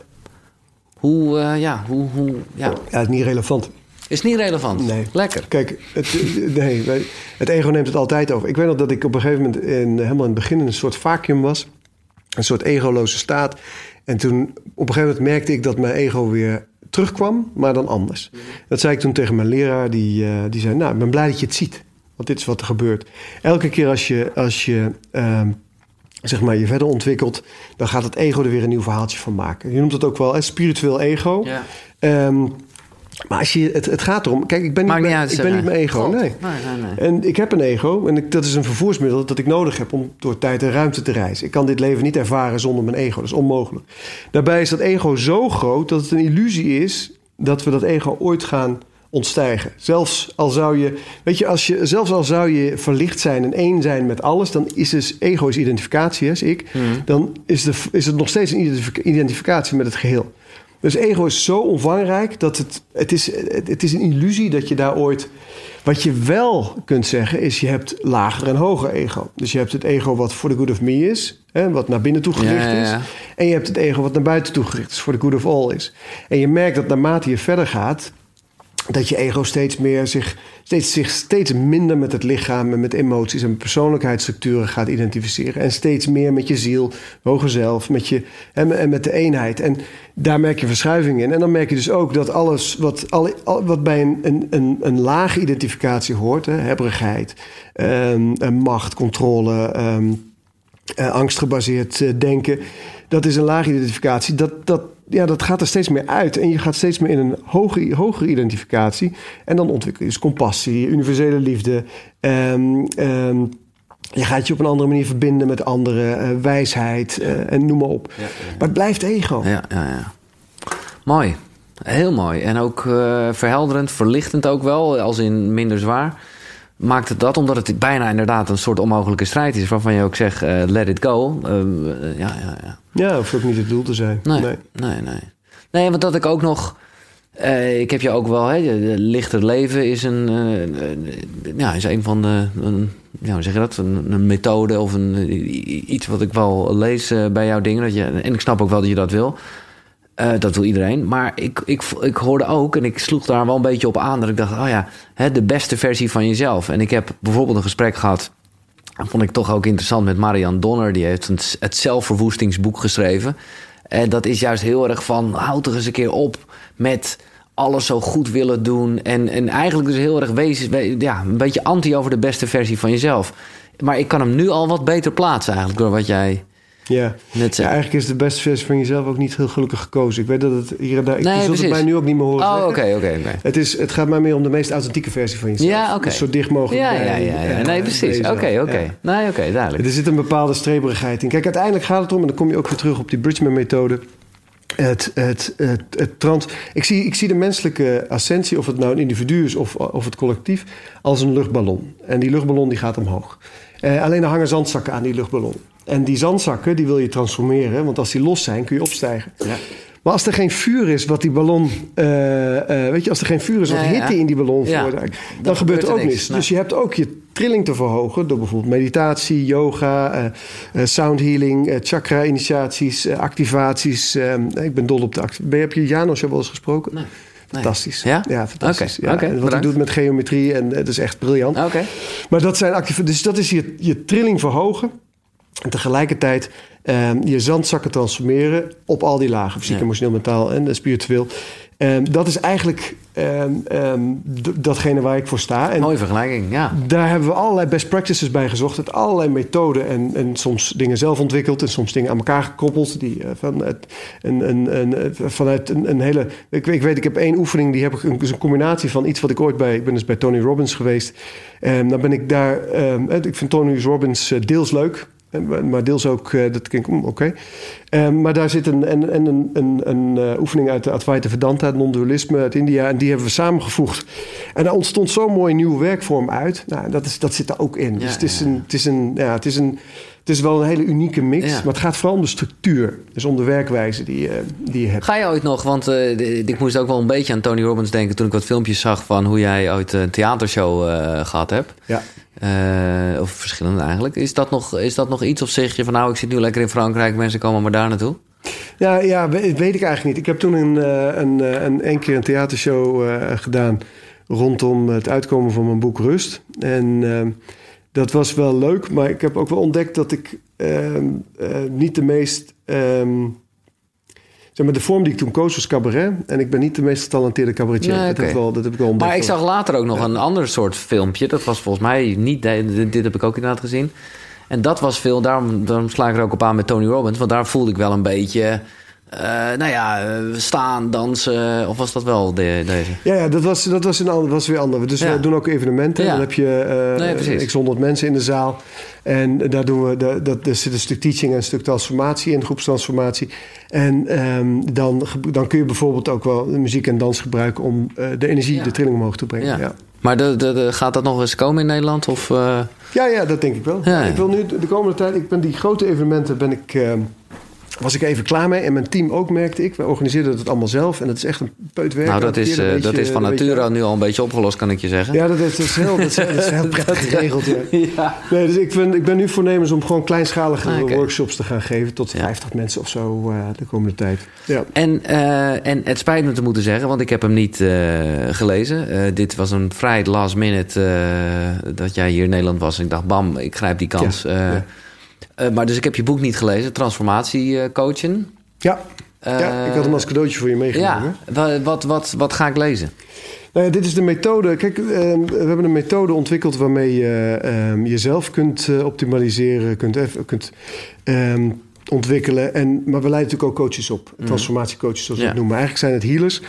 Hoe, uh, ja, hoe, hoe, ja. Ja, het is niet relevant. Is niet relevant? Nee. Lekker. Kijk, het, nee, het ego neemt het altijd over. Ik weet nog dat ik op een gegeven moment in, helemaal in het begin in een soort vacuüm was. Een soort egoloze staat. En toen op een gegeven moment merkte ik dat mijn ego weer terugkwam, maar dan anders. Dat zei ik toen tegen mijn leraar. Die, uh, die zei, nou, ik ben blij dat je het ziet. Want dit is wat er gebeurt. Elke keer als je, als je uh, zeg maar, je verder ontwikkelt, dan gaat het ego er weer een nieuw verhaaltje van maken. Je noemt het ook wel hè, spiritueel ego. Ja. Um, maar als je, het, het gaat erom... Kijk, ik ben niet, niet, mijn, uit, ik ben niet mijn ego, nee. Nee, nee, nee. En ik heb een ego en ik, dat is een vervoersmiddel dat ik nodig heb om door tijd en ruimte te reizen. Ik kan dit leven niet ervaren zonder mijn ego, dat is onmogelijk. Daarbij is dat ego zo groot dat het een illusie is dat we dat ego ooit gaan ontstijgen. Zelfs al zou je, weet je, als je, zelfs al zou je verlicht zijn en één zijn met alles, dan is dus ego is identificatie, hè, is ik. Hmm. Dan is, de, is het nog steeds een identificatie met het geheel. Dus ego is zo omvangrijk dat het, het, is, het is een illusie dat je daar ooit... Wat je wel kunt zeggen is, je hebt lager en hoger ego. Dus je hebt het ego wat voor the good of me is, hè, wat naar binnen toe gericht ja, ja, ja. is. En je hebt het ego wat naar buiten toe gericht is, voor the good of all is. En je merkt dat naarmate je verder gaat, dat je ego steeds meer zich steeds, zich steeds minder met het lichaam en met emoties en persoonlijkheidsstructuren gaat identificeren. En steeds meer met je ziel, hoger zelf, met je, en, en met de eenheid. En daar merk je verschuiving in. En dan merk je dus ook dat alles wat, al, al, wat bij een, een, een, een lage identificatie hoort, hè, hebberigheid, um, macht, controle, um, uh, angstgebaseerd uh, denken, dat is een lage identificatie. Dat, dat, ja, dat gaat er steeds meer uit. En je gaat steeds meer in een hoge, hogere identificatie. En dan ontwikkel je dus compassie, universele liefde. Um, um, je gaat je op een andere manier verbinden met anderen. Uh, wijsheid uh, en noem maar op. Ja, ja, ja. Maar het blijft ego. Ja, ja, ja. Mooi. Heel mooi. En ook uh, verhelderend, verlichtend ook wel. Als in minder zwaar. Maakt het dat, omdat het bijna inderdaad een soort onmogelijke strijd is, waarvan je ook zegt, uh, let it go. Uh, uh, ja, ja, ja. Ja, hoeft ook niet het doel te zijn. Nee, nee, nee. Nee, nee want dat ik ook nog... Uh, ik heb je ook wel... Hè, lichter leven is een... Uh, uh, ja, is een van de... Een, ja, hoe zeg je dat? Een, een methode of een, iets wat ik wel lees uh, bij jouw dingen. Dat je, en ik snap ook wel dat je dat wil. Uh, dat wil iedereen. Maar ik, ik, ik hoorde ook, en ik sloeg daar wel een beetje op aan, dat ik dacht, oh ja, hè, de beste versie van jezelf. En ik heb bijvoorbeeld een gesprek gehad, dat vond ik toch ook interessant, met Marianne Donner. Die heeft een, het zelfverwoestingsboek geschreven. En dat is juist heel erg van, houd er eens een keer op met alles zo goed willen doen. En, en eigenlijk dus heel erg wezen, ja, een beetje anti over de beste versie van jezelf. Maar ik kan hem nu al wat beter plaatsen eigenlijk, door wat jij... Ja. ja, eigenlijk is de beste versie van jezelf ook niet heel gelukkig gekozen. Ik weet dat het hier en daar... Nee, je zult het mij nu ook niet meer horen oh, zeggen. oké, okay, oké. Okay, okay. Het, is, het gaat maar meer om de meest authentieke versie van jezelf. Ja, oké. Okay. Dus zo dicht mogelijk ja, bij... Ja, ja, ja. Nee, precies. Oké, oké. Okay, okay. ja. Nee, oké, okay, duidelijk. Er zit een bepaalde streberigheid in. Kijk, uiteindelijk gaat het om, en dan kom je ook weer terug op die Bridgman-methode... Het, het, het, het trans, ik, zie, ik zie de menselijke ascensie, of het nou een individu is of, of het collectief, als een luchtballon. En die luchtballon die gaat omhoog. Uh, alleen er hangen zandzakken aan die luchtballon. En die zandzakken die wil je transformeren, want als die los zijn kun je opstijgen. Ja. Maar als er geen vuur is wat die ballon... Uh, uh, weet je, als er geen vuur is wat ja, hitte ja. in die ballon ja, veroorzaakt... dan, dan gebeurt er ook niks. Nee. Dus je hebt ook je trilling te verhogen... door bijvoorbeeld meditatie, yoga, uh, uh, sound healing... Uh, chakra-initiaties, uh, activaties. Uh, ik ben dol op de activatie. Heb je Janos wel eens gesproken? Nee. Fantastisch. Ja? Ja, fantastisch. Okay. Ja. Okay, en wat hij doet met geometrie, en dat is echt briljant. Okay. Maar dat zijn actief. Dus dat is je, je trilling verhogen... En tegelijkertijd um, je zandzakken transformeren op al die lagen. Fysiek, ja. emotioneel, mentaal en spiritueel. Um, dat is eigenlijk um, um, d- datgene waar ik voor sta. En mooie vergelijking, ja. daar hebben we allerlei best practices bij gezocht. Het allerlei methoden en, en soms dingen zelf ontwikkeld... en soms dingen aan elkaar gekoppeld. Die, uh, van het, een, een, een, vanuit een, een hele... Ik, ik weet, ik heb één oefening, die heb ik een, een combinatie van iets wat ik ooit bij... Ik ben dus bij Tony Robbins geweest. Um, dan ben ik daar... Um, ik vind Tony Robbins uh, deels leuk... Maar deels ook, uh, dat denk ik, oké. Okay. Um, maar daar zit een, een, een, een, een uh, oefening uit de Advaita Vedanta, het non-dualisme uit India. En die hebben we samengevoegd. En daar ontstond zo'n mooie nieuwe werkvorm uit. Nou, dat, is, dat zit er ook in. Ja, dus het is, ja. een, het, is een, ja, het, is een, het is wel een hele unieke mix. Ja. Maar het gaat vooral om de structuur. Dus om de werkwijze die, uh, die je hebt. Ga je ooit nog, want uh, ik moest ook wel een beetje aan Tony Robbins denken... toen ik wat filmpjes zag van hoe jij ooit een theatershow uh, gehad hebt. Ja. Uh, of verschillende eigenlijk. Is dat, nog, is dat nog iets of zeg je van nou, ik zit nu lekker in Frankrijk, mensen komen maar daar naartoe? Ja, ja, weet ik eigenlijk niet. Ik heb toen een, een, een, een keer een theatershow uh, gedaan rondom het uitkomen van mijn boek Rust. En uh, dat was wel leuk, maar ik heb ook wel ontdekt dat ik uh, uh, niet de meest... Um, Zeg maar, de vorm die ik toen koos was cabaret. En ik ben niet de meest getalenteerde cabaretier. Nee, okay. dat, heb ik wel, dat heb ik wel ontdekt. Maar ik zag later ook nog ja. een ander soort filmpje. Dat was volgens mij niet... Dit heb ik ook inderdaad gezien. En dat was veel... Daarom, daarom sla ik er ook op aan met Tony Robbins. Want daar voelde ik wel een beetje... Uh, nou ja, staan, dansen. Of was dat wel de, deze? Ja, ja dat, was, dat was, een ander, was weer ander. Dus ja. we doen ook evenementen. Ja. Dan heb je uh, nee, x honderd mensen in de zaal. En daar doen we... De, dat, er zit een stuk teaching en een stuk transformatie in. Groepstransformatie. En um, dan, dan kun je bijvoorbeeld ook wel muziek en dans gebruiken... om uh, de energie, ja. de trilling omhoog te brengen. Ja. Ja. Maar de, de, de, gaat dat nog eens komen in Nederland? Of, uh... Ja, ja, dat denk ik wel. Ja, ja. Ik wil nu de komende tijd... Ik ben die grote evenementen ben ik... Uh, was ik even klaar mee. En mijn team ook, merkte ik. We organiseerden het allemaal zelf. En dat is echt een peutwerk. Nou, dat is, uh, dat is van nature nu al een beetje opgelost, kan ik je zeggen. Ja, dat is, dat is heel, dat is, dat is heel prettig geregeld. Ja. Ja. Nee, dus ik ben, ik ben nu voornemens om gewoon kleinschalige ah, okay. workshops te gaan geven. Tot vijftig ja. mensen of zo uh, de komende tijd. Ja. En, uh, en het spijt me te moeten zeggen, want ik heb hem niet uh, gelezen. Uh, dit was een vrij last minute uh, dat jij hier in Nederland was. En ik dacht, bam, ik grijp die kans. Ja. Uh, ja. Uh, maar dus ik heb je boek niet gelezen, Transformatie uh, Coachen. Ja. Uh, ja, ik had hem als cadeautje voor je meegenomen. Ja, wat, wat, wat ga ik lezen? Nou ja, dit is de methode. Kijk, uh, we hebben een methode ontwikkeld waarmee je uh, jezelf kunt uh, optimaliseren, kunt, eff- kunt um, ontwikkelen. En, maar we leiden natuurlijk ook coaches op. Mm. Transformatiecoaches, zoals we ja. het noemen. Eigenlijk zijn het healers.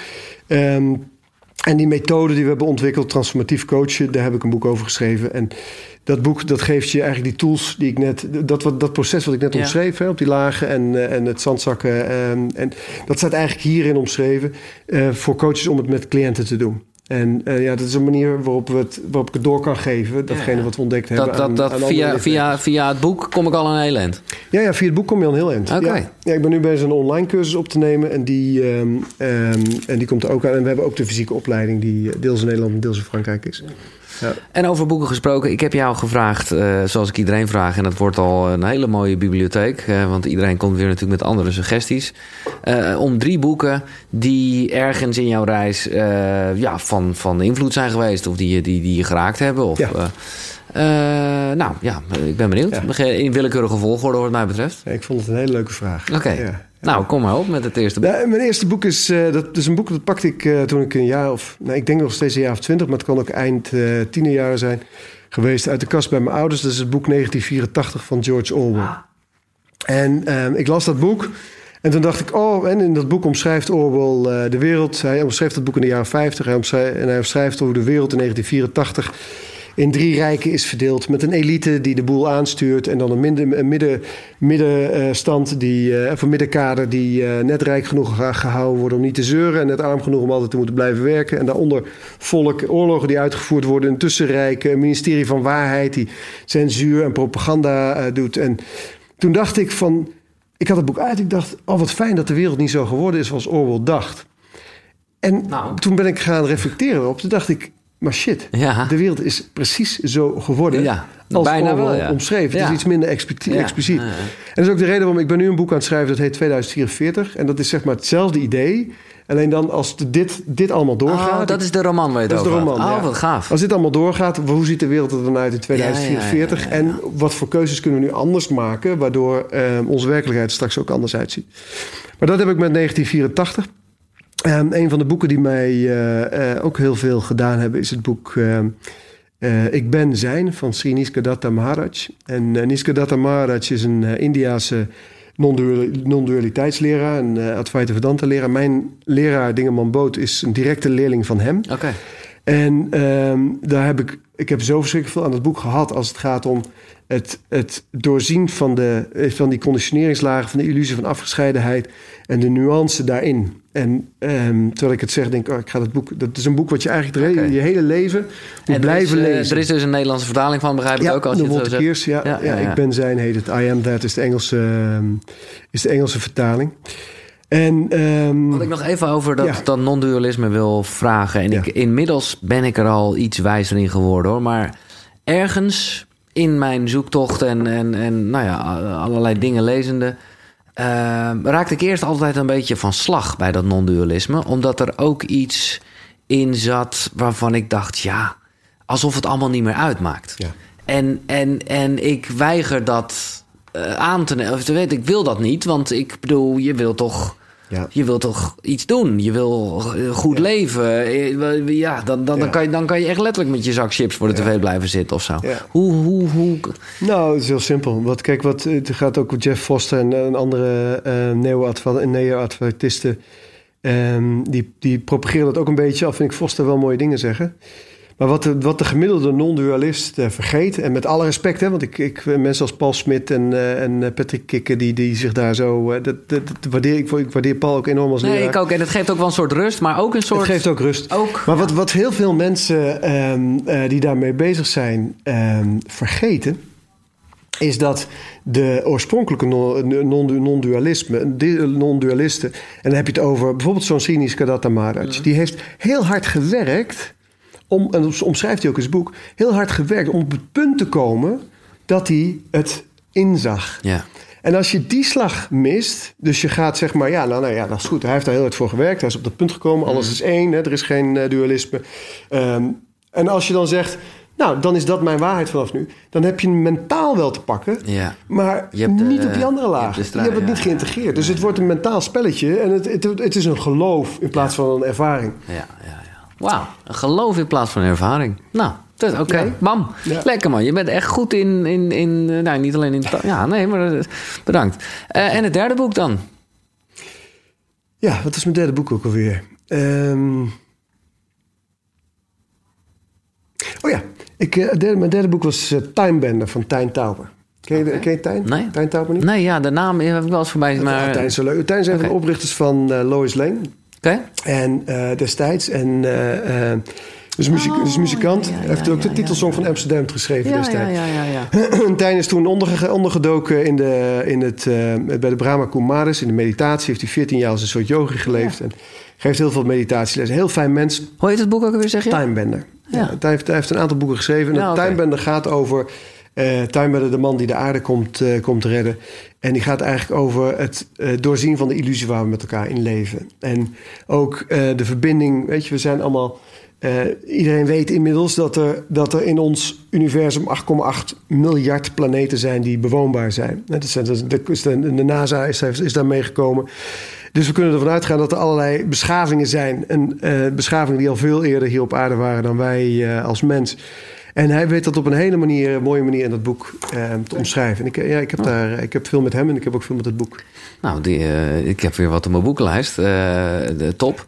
Um, en die methode die we hebben ontwikkeld, transformatief coachen, daar heb ik een boek over geschreven. En dat boek dat geeft je eigenlijk die tools die ik net... Dat, wat, dat proces wat ik net ja. omschreef, hè, op die lagen en, en het zandzakken. Um, en dat staat eigenlijk hierin omschreven uh, voor coaches om het met cliënten te doen. En uh, ja, dat is een manier waarop, we het, waarop ik het door kan geven. Datgene ja. wat we ontdekt hebben. Dat, dat, aan, dat aan via, via, via het boek kom ik al een heel eind? Ja, ja, via het boek kom je al een heel eind. Okay. Ja. Ja, ik ben nu bezig een online cursus op te nemen. En die, um, um, en die komt er ook aan. En we hebben ook de fysieke opleiding die deels in Nederland en deels in Frankrijk is. Ja. En over boeken gesproken, ik heb jou gevraagd, uh, zoals ik iedereen vraag... en dat wordt al een hele mooie bibliotheek... Uh, want iedereen komt weer natuurlijk met andere suggesties... Uh, om drie boeken die ergens in jouw reis uh, ja, van, van invloed zijn geweest... of die, die, die je geraakt hebben. Of, ja. uh, uh, nou ja, ik ben benieuwd. Ja. In willekeurige volgorde wat mij betreft. Ja, ik vond het een hele leuke vraag. Oké. Okay. Ja. Nou, kom maar op met het eerste boek. Ja, mijn eerste boek is... Uh, dat is een boek dat pakte ik uh, toen ik een jaar of... Nou, ik denk nog steeds een jaar of twintig... maar het kan ook eind uh, tienerjaren zijn geweest... uit de kast bij mijn ouders. Dat is het boek negentien vierentachtig van George Orwell. Ah. En uh, ik las dat boek... En toen dacht ik, oh, en in dat boek omschrijft Orwell uh, de wereld. Hij omschrijft dat boek in de jaren vijftig. Hij omschrijft, en hij omschrijft hoe de wereld in negentien vierentachtig... in drie rijken is verdeeld. Met een elite die de boel aanstuurt. En dan een, midden, een midden, middenstand, die, uh, of een middenkader... die uh, net rijk genoeg gehouden wordt om niet te zeuren... en net arm genoeg om altijd te moeten blijven werken. En daaronder volk, oorlogen die uitgevoerd worden... een tussenrijken, een ministerie van waarheid... die censuur en propaganda uh, doet. En toen dacht ik van... Ik had het boek uit, ik dacht, oh wat fijn dat de wereld niet zo geworden is zoals Orwell dacht. En nou. toen ben ik gaan reflecteren op. Toen dacht ik, maar shit, ja. de wereld is precies zo geworden ja, als bijna Orwell wel, ja. omschreef. Het ja. is iets minder expliciet. Ja. expliciet. Ja, ja. En dat is ook de reden waarom ik ben nu een boek aan het schrijven... dat heet tweeduizend vierenveertig. En dat is zeg maar hetzelfde idee... Alleen dan als dit, dit allemaal doorgaat... Oh, dat is de roman waar je het over had. Oh, ja. wat gaaf. Als dit allemaal doorgaat, hoe ziet de wereld er dan uit in tweeduizend vierenveertig? Ja, ja, ja, ja, ja. En wat voor keuzes kunnen we nu anders maken... waardoor uh, onze werkelijkheid er straks ook anders uitziet. Maar dat heb ik met negentien vierentachtig. Um, een van de boeken die mij uh, uh, ook heel veel gedaan hebben... is het boek uh, uh, Ik ben zijn van Sri Nisargadatta Maharaj. En uh, Nisargadatta Maharaj is een uh, Indiase non-dualiteitsleraar... een uh, Advaita Vedanta leraar. Mijn leraar Dingaman Boot is een directe leerling van hem. Oké. Okay. En um, daar heb ik... Ik heb zo verschrikkelijk veel aan het boek gehad... als het gaat om het, het doorzien van, de, van die conditioneringslagen... van de illusie van afgescheidenheid... en de nuance daarin. En um, terwijl ik het zeg, denk ik... Oh, ik ga dat boek... Dat is een boek wat je eigenlijk okay. je hele leven moet en blijven is, uh, lezen. Er is dus een Nederlandse vertaling van, begrijp ik ja, ook. Als de je het Walter Keers, ja, ja, ja, ja. Ik ben zijn, heet het. I am that is de Engelse, um, is de Engelse vertaling. En, um, wat ik nog even over dat, ja. dat non-dualisme wil vragen. En ja. ik, inmiddels ben ik er al iets wijzer in geworden, hoor. Maar ergens in mijn zoektocht en, en, en nou ja, allerlei dingen lezende... Uh, raakte ik eerst altijd een beetje van slag bij dat non-dualisme. Omdat er ook iets in zat waarvan ik dacht... ja, alsof het allemaal niet meer uitmaakt. Ja. En, en, en ik weiger dat uh, aan te nemen. Of te weten, ik wil dat niet, want ik bedoel, je wil toch... Ja. Je wil toch iets doen. Je wil goed ja. leven. Ja, dan, dan, ja. Dan, kan je, dan kan je echt letterlijk met je zak chips voor de ja. tv blijven zitten of zo. Ja. Hoe, hoe, hoe... Nou, het is heel simpel. Want kijk, wat, het gaat ook met Jeff Foster en, en andere uh, neo-adventisten. Um, die, die propageren dat ook een beetje. Al vind ik Foster wel mooie dingen zeggen. Maar wat de, wat de gemiddelde non-dualist uh, vergeet... en met alle respect, hè, want ik, ik, mensen als Paul Smit en, uh, en Patrick Kikke... die, die zich daar zo... Uh, dat, dat, dat waardeer, ik, ik waardeer Paul ook enorm als leraar. Nee, ik ook. En het geeft ook wel een soort rust, maar ook een soort... Het geeft ook rust. Ook, maar ja. wat, wat heel veel mensen um, uh, die daarmee bezig zijn um, vergeten... is dat de oorspronkelijke non-dualisme, non-dualisten... en dan heb je het over bijvoorbeeld zo'n Sri Nisargadatta Maharaj... Mm. die heeft heel hard gewerkt... Om, en dat omschrijft hij ook in zijn boek... heel hard gewerkt om op het punt te komen... dat hij het inzag. Ja. En als je die slag mist... dus je gaat zeg maar... ja, nou, nou ja, dat is goed. Hij heeft daar heel hard voor gewerkt. Hij is op dat punt gekomen. Alles mm. is één. Hè, er is geen uh, dualisme. Um, en als je dan zegt... nou, dan is dat mijn waarheid vanaf nu. Dan heb je hem mentaal wel te pakken... Ja. maar de, niet op die andere laag. Je hebt, je hebt het niet ja, geïntegreerd. Ja. Dus het wordt een mentaal spelletje... en het, het, het is een geloof in plaats ja. van een ervaring. Ja, ja, ja. Wauw, een geloof in plaats van een ervaring. Nou, oké, okay. ja. bam. Ja. Lekker man, je bent echt goed in... in, in nou, niet alleen in... Ja, nee, maar uh, bedankt. Uh, en het derde boek dan? Ja, wat is mijn derde boek ook alweer? Um... Oh ja, ik, uh, derde, mijn derde boek was uh, Timebender van Tijn Tauber. Ken je, okay. ken je Tijn? Nee. Tijn Tauber niet? Nee, ja, de naam heb ik wel eens voorbij. Maar... Ja, Tijn is zo leuk. Tijn is een okay. van de oprichters van uh, Lois Lane. Okay. En uh, destijds. En uh, uh, dus muziek, oh, dus muzikant. Ja, ja, ja, heeft ook ja, de titelsong ja, ja. van Amsterdam geschreven ja, destijds. Ja, ja, ja, ja. Tijn is toen onderge, ondergedoken in de, in het, uh, bij de Brahma Kumaris. In de meditatie heeft hij veertien jaar als een soort yogi geleefd. Ja. En geeft heel veel meditatielessen. Heel fijn mens. Hoe heet het boek ook weer, zeg je? Timebender. Ja. Ja, hij, heeft, hij heeft een aantal boeken geschreven. En ja, okay. Timebender gaat over... Uh, Timebender, de man die de aarde komt, uh, komt redden. En die gaat eigenlijk over het uh, doorzien van de illusie waar we met elkaar in leven. En ook uh, de verbinding, weet je, we zijn allemaal... Uh, iedereen weet inmiddels dat er, dat er in ons universum acht komma acht miljard planeten zijn die bewoonbaar zijn. Dat zijn de, de, de NASA is, is daar meegekomen. Dus we kunnen ervan uitgaan dat er allerlei beschavingen zijn. En uh, beschavingen die al veel eerder hier op aarde waren dan wij uh, als mens. En hij weet dat op een hele manier, een mooie manier in dat boek uh, te omschrijven. En ik, ja, ik, heb daar, ik heb veel met hem en ik heb ook veel met het boek. Nou, die, uh, ik heb weer wat op mijn boekenlijst. Uh, de top.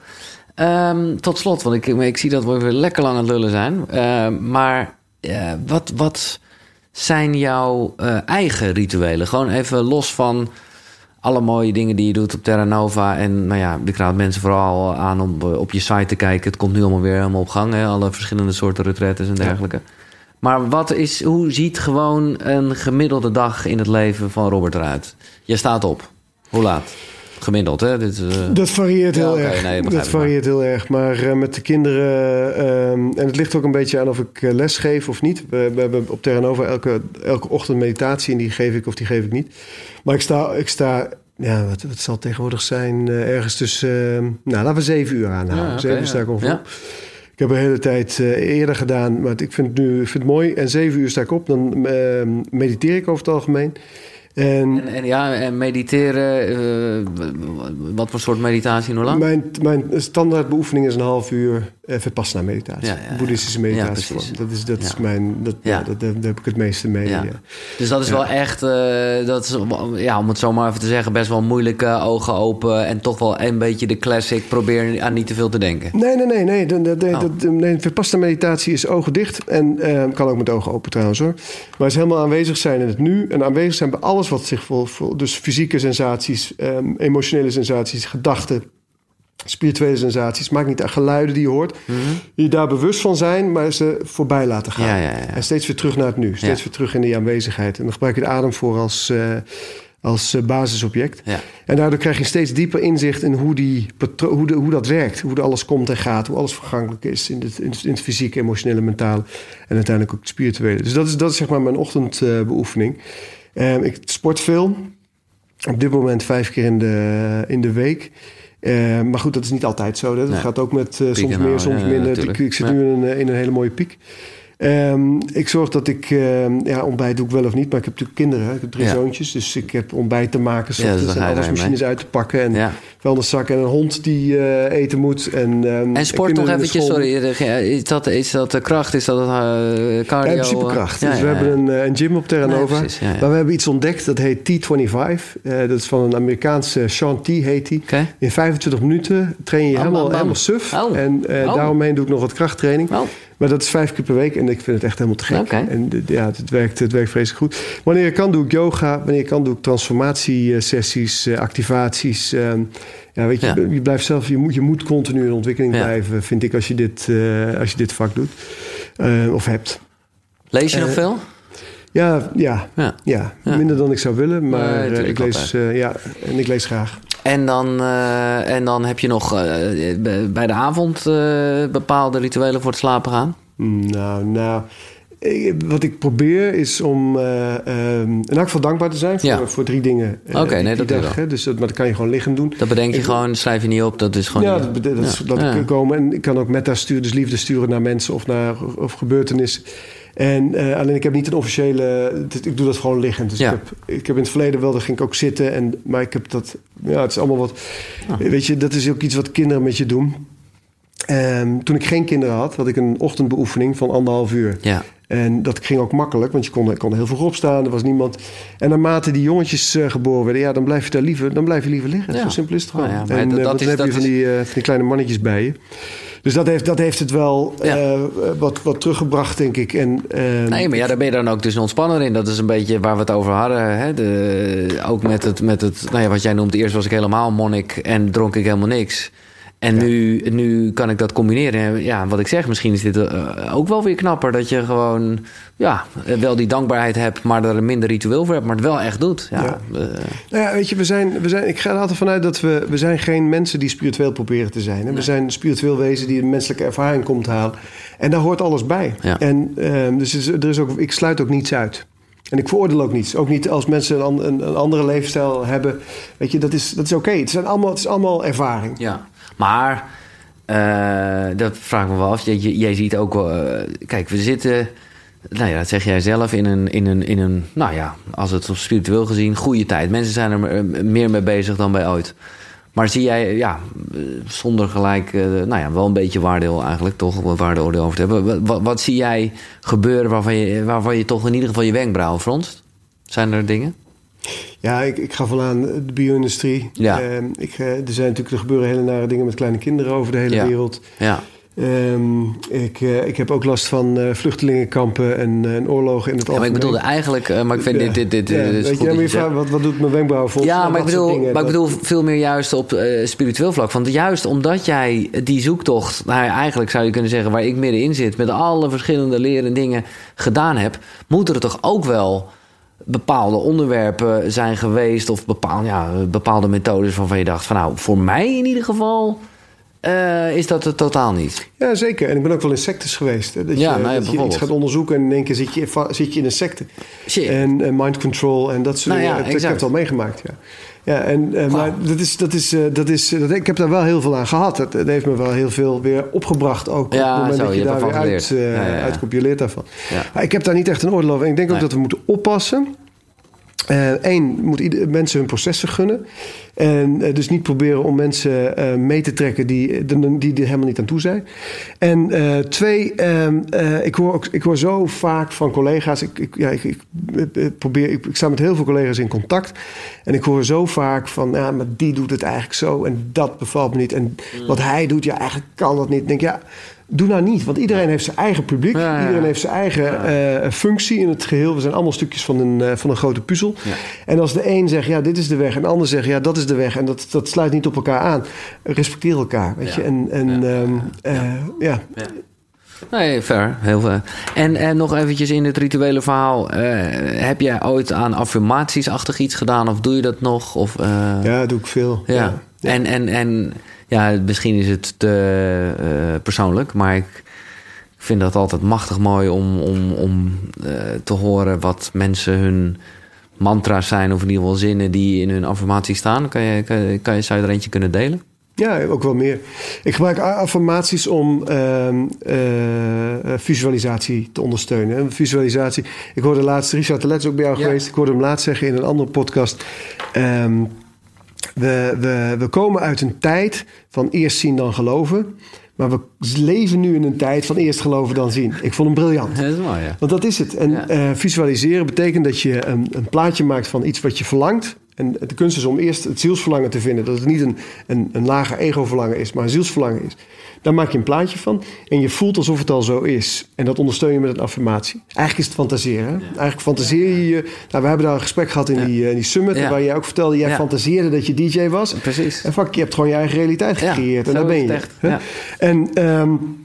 Um, tot slot, want ik, ik zie dat we weer lekker lang aan het lullen zijn. Uh, maar uh, wat, wat zijn jouw uh, eigen rituelen? Gewoon even los van alle mooie dingen die je doet op Terra Nova. En nou ja, ik raad mensen vooral aan om op je site te kijken. Het komt nu allemaal weer helemaal op gang. Hè? Alle verschillende soorten retraites en dergelijke. Ja. Maar wat is, hoe ziet gewoon een gemiddelde dag in het leven van Robert eruit? Je staat op. Hoe laat? Gemiddeld, hè? Dit, uh... Dat varieert heel ja, okay, erg. Nee, dat varieert maar. heel erg. Maar uh, met de kinderen... Uh, en het ligt ook een beetje aan of ik uh, les geef of niet. We, we hebben op Terra Nova elke, elke ochtend meditatie. En die geef ik of die geef ik niet. Maar ik sta... Ik sta ja, wat, wat zal het tegenwoordig zijn? Uh, ergens tussen... Uh, nou, laten we zeven uur aanhouden. Ja, okay, zeven uur sta ik ongeveer ja. op. Ik heb er de hele tijd uh, eerder gedaan. Maar ik vind het nu ik vind het mooi. En zeven uur sta ik op. Dan uh, mediteer ik over het algemeen. En, en, en ja, en mediteren, uh, wat voor soort meditatie en hoe lang? Mijn, mijn standaard beoefening is een half uur uh, Vipassana meditatie. Ja, ja, ja. Boeddhistische meditatie. Ja, dat is, dat is ja. mijn, dat, ja. Ja, dat, daar heb ik het meeste mee. Ja. Ja. Dus dat is ja. wel echt, uh, dat is, ja, om het zo maar even te zeggen, best wel moeilijk, uh, ogen open en toch wel een beetje de classic, probeer aan niet te veel te denken. Nee, nee, nee. nee. De, de, de, oh. de, nee Vipassana meditatie is ogen dicht en uh, kan ook met ogen open trouwens hoor. Maar is helemaal aanwezig zijn in het nu en aanwezig zijn bij alles wat zich vol, vol dus fysieke sensaties, um, emotionele sensaties, gedachten, spirituele sensaties, maakt niet uit, geluiden die je hoort, mm-hmm. je daar bewust van zijn, maar ze voorbij laten gaan. Ja, ja, ja. En steeds weer terug naar het nu, steeds ja. weer terug in die aanwezigheid. En dan gebruik je de adem voor als, uh, als uh, basisobject. Ja. En daardoor krijg je steeds dieper inzicht in hoe, die, hoe, de, hoe dat werkt, hoe er alles komt en gaat, hoe alles vergankelijk is in het, in het, in het fysieke, emotionele, mentale en uiteindelijk ook het spirituele. Dus dat is, dat is zeg maar mijn ochtendbeoefening. Uh, ik sport veel. Op dit moment vijf keer in de, in de week. Uh, maar goed, dat is niet altijd zo. Hè? Dat nee. gaat ook met uh, soms meer, soms ja, minder. Ik, ik zit ja. nu in een, in een hele mooie piek. Um, ik zorg dat ik... Uh, ja, ontbijt doe ik wel of niet. Maar ik heb natuurlijk kinderen. Hè? Ik heb drie ja. zoontjes. Dus ik heb ontbijt te maken. Ja, dus en afwasmachines uit te pakken. En ja. vuilniszakken. En een hond die uh, eten moet. En, um, en sport nog eventjes. Sorry. Is dat, is dat de kracht? Is dat uh, cardio? Ja, in principe kracht. Ja, dus ja, we ja, hebben ja. een, een gym op Terra Nova. Ja, precies, ja, ja. Maar we hebben iets ontdekt. Dat heet T vijfentvijftig. Uh, dat is van een Amerikaanse Sean T. heet hij. Okay. In vijfentwintig minuten train je oh, helemaal, helemaal suf. Oh. En uh, oh. daaromheen doe ik nog wat krachttraining. Oh. Maar dat is vijf keer per week en ik vind het echt helemaal te gek. Okay. En ja, het werkt, het werkt vreselijk goed. Wanneer ik kan doe ik yoga. Wanneer ik kan doe ik transformatiesessies, activaties. Ja, weet je, ja. je blijft zelf, je moet, je moet continu in ontwikkeling ja. blijven, vind ik, als je dit, uh, als je dit vak doet. Uh, of hebt. Lees je uh, nog veel? Ja, ja, ja. ja. ja. Minder dan ik zou willen, maar nee, uh, ik lees, uh, ja, en ik lees graag. En dan, uh, en dan heb je nog uh, bij de avond uh, bepaalde rituelen voor het slapen gaan? Nou, nou... Wat ik probeer is om uh, um, in elk geval dankbaar te zijn voor, ja. voor drie dingen. Oké, okay, nee, dat dag, hè? Dus dat, maar dat kan je gewoon liggen doen. Dat bedenk je en, gewoon, schrijf je niet op. Dat is gewoon. Ja, dat, dat, is, ja. dat ja. ik komen. En ik kan ook meta sturen, dus liefde sturen naar mensen of naar of gebeurtenissen. En uh, alleen ik heb niet een officiële. Ik doe dat gewoon liggend. Dus ja. ik, heb, ik heb in het verleden wel, daar ging ik ook zitten. En, maar ik heb dat. Ja, het is allemaal wat. Oh. Weet je, dat is ook iets wat kinderen met je doen. Um, toen ik geen kinderen had, had ik een ochtendbeoefening van anderhalf uur. Ja. En dat ging ook makkelijk, want je kon, kon heel vroeg opstaan. Er was niemand. En naarmate die jongetjes uh, geboren werden, ja, dan blijf je daar liever, dan blijf je liever liggen. Ja. Zo simpel is het gewoon. Ja, ja, en dat, uh, dat dan is, heb je van die, uh, van die kleine mannetjes bij je. Dus dat heeft, dat heeft het wel ja. uh, wat, wat teruggebracht, denk ik. En, uh, nee, maar ja, daar ben je dan ook dus ontspanner in. Dat is een beetje waar we het over hadden. Hè? De, ook met het, met het nou ja, wat jij noemt, eerst was ik helemaal monnik en dronk ik helemaal niks. En ja. nu, nu kan ik dat combineren. Ja, wat ik zeg, misschien is dit uh, ook wel weer knapper. Dat je gewoon ja, wel die dankbaarheid hebt, maar er een minder ritueel voor hebt, maar het wel echt doet. Ja, ja. Uh, nou ja, weet je, we zijn, we zijn, ik ga er altijd vanuit dat we, we zijn geen mensen die spiritueel proberen te zijn. Hè? Nee. We zijn spiritueel wezen die een menselijke ervaring komt halen. En daar hoort alles bij. Ja. En uh, dus is, er is ook, ik sluit ook niets uit. En ik veroordeel ook niets. Ook niet als mensen een, een, een andere leefstijl hebben. Weet je, dat is, dat is oké. Okay. Het, zijn allemaal, het is allemaal ervaring. Ja. Maar, uh, dat vraag ik me wel af. Jij, jij ziet ook wel... Uh, kijk, we zitten... Nou ja, dat zeg jij zelf in een, in een, in een... Nou ja, als het op spiritueel gezien, goede tijd. Mensen zijn er meer mee bezig dan bij ooit. Maar zie jij, ja, zonder gelijk... Uh, nou ja, wel een beetje waardeel eigenlijk, toch? Een waardeoordeel over te hebben. Wat, wat zie jij gebeuren waarvan je, waarvan je toch in ieder geval je wenkbrauwen fronst? Zijn er dingen? Ja, ik, ik ga aan de bio-industrie. Ja. Uh, ik, uh, er zijn natuurlijk, er gebeuren hele nare dingen met kleine kinderen over de hele ja. wereld. Ja. Um, ik, uh, ik heb ook last van uh, vluchtelingenkampen en, uh, en oorlogen in het algemeen. Ja, maar ik bedoelde eigenlijk, uh, maar ik vind ja. dit, dit, dit, ja, dit is weet goed. Je, maar je vraagt, wat, wat doet mijn wenkbrauw vol? Ja, maar ik bedoel, dingen, maar ik bedoel veel meer juist op uh, spiritueel vlak. Want juist omdat jij die zoektocht, nou, eigenlijk zou je kunnen zeggen, waar ik middenin zit, met alle verschillende leren en dingen gedaan heb, moet er toch ook wel bepaalde onderwerpen zijn geweest of bepaal, ja, bepaalde methodes waarvan je dacht van nou, voor mij in ieder geval uh, is dat het totaal niet. Ja, zeker. En ik ben ook wel in sectes geweest. Hè? Dat ja, je, nou ja, dat je iets gaat onderzoeken en in één keer zit je, zit je in een secte. Shit. En uh, mind control en dat soort nou dingen. Ja, ik heb het al meegemaakt, ja. Ja, en, uh, wow. maar dat is, dat is, uh, dat is, dat, ik heb daar wel heel veel aan gehad. Het, het heeft me wel heel veel weer opgebracht. Ook ja, op het moment zo, dat je, je daar weer uit, uh, ja, ja, ja. uitkomt, je leert daarvan. Ja. Maar ik heb daar niet echt een oordeel over. En ik denk nee. ook dat we moeten oppassen Eén, uh, moet ieder, mensen hun processen gunnen. En uh, dus niet proberen om mensen uh, mee te trekken die, die, die er helemaal niet aan toe zijn. En uh, twee, uh, uh, ik, hoor ook, ik hoor zo vaak van collega's. Ik, ik, ja, ik, ik, probeer, ik, ik sta met heel veel collega's in contact. En ik hoor zo vaak van, ja, maar die doet het eigenlijk zo. En dat bevalt me niet. En mm. wat hij doet, ja, eigenlijk kan dat niet. Ik denk, ja, doe nou niet. Want iedereen heeft zijn eigen publiek. Ja, ja. Iedereen heeft zijn eigen ja. uh, functie in het geheel. We zijn allemaal stukjes van een, uh, van een grote puzzel. Ja. En als de een zegt, ja, dit is de weg. En de ander zegt, ja, dat is de weg. En dat, dat sluit niet op elkaar aan. Respecteer elkaar, weet ja. je. En, en ja. Um, uh, ja. ja. ja. Nee, fair. Heel veel. En, en nog eventjes in het rituele verhaal. Uh, heb jij ooit aan affirmaties-achtig iets gedaan? Of doe je dat nog? Of, uh... Ja, doe ik veel. Ja. ja. ja. En... en, en ja, misschien is het te uh, persoonlijk, maar ik vind dat altijd machtig mooi om, om, om uh, te horen wat mensen hun mantra's zijn, of in ieder geval zinnen die in hun affirmatie staan. Kan je, kan je, kan je, zou je er eentje kunnen delen? Ja, ook wel meer. Ik gebruik affirmaties om uh, uh, visualisatie te ondersteunen. Visualisatie. Ik hoorde laatst, Richard de Let is ook bij jou ja. geweest. Ik hoorde hem laatst zeggen in een andere podcast. Um, We, we, we komen uit een tijd van eerst zien dan geloven. Maar we leven nu in een tijd van eerst geloven dan zien. Ik vond hem briljant. Dat is mooi, ja. Want dat is het. En ja. uh, visualiseren betekent dat je een, een plaatje maakt van iets wat je verlangt. En de kunst is om eerst het zielsverlangen te vinden. Dat het niet een, een, een lager ego-verlangen is, maar een zielsverlangen is. Daar maak je een plaatje van. En je voelt alsof het al zo is. En dat ondersteun je met een affirmatie. Eigenlijk is het fantaseren. Hè? Ja. Eigenlijk fantaseer je je... Nou, we hebben daar een gesprek gehad in, ja. die, uh, die summit... Ja. waar jij ook vertelde, jij ja. fantaseerde dat je D J was. Precies. En fuck, je hebt gewoon je eigen realiteit gecreëerd. Ja, en daar ben je. Ja. En... Um,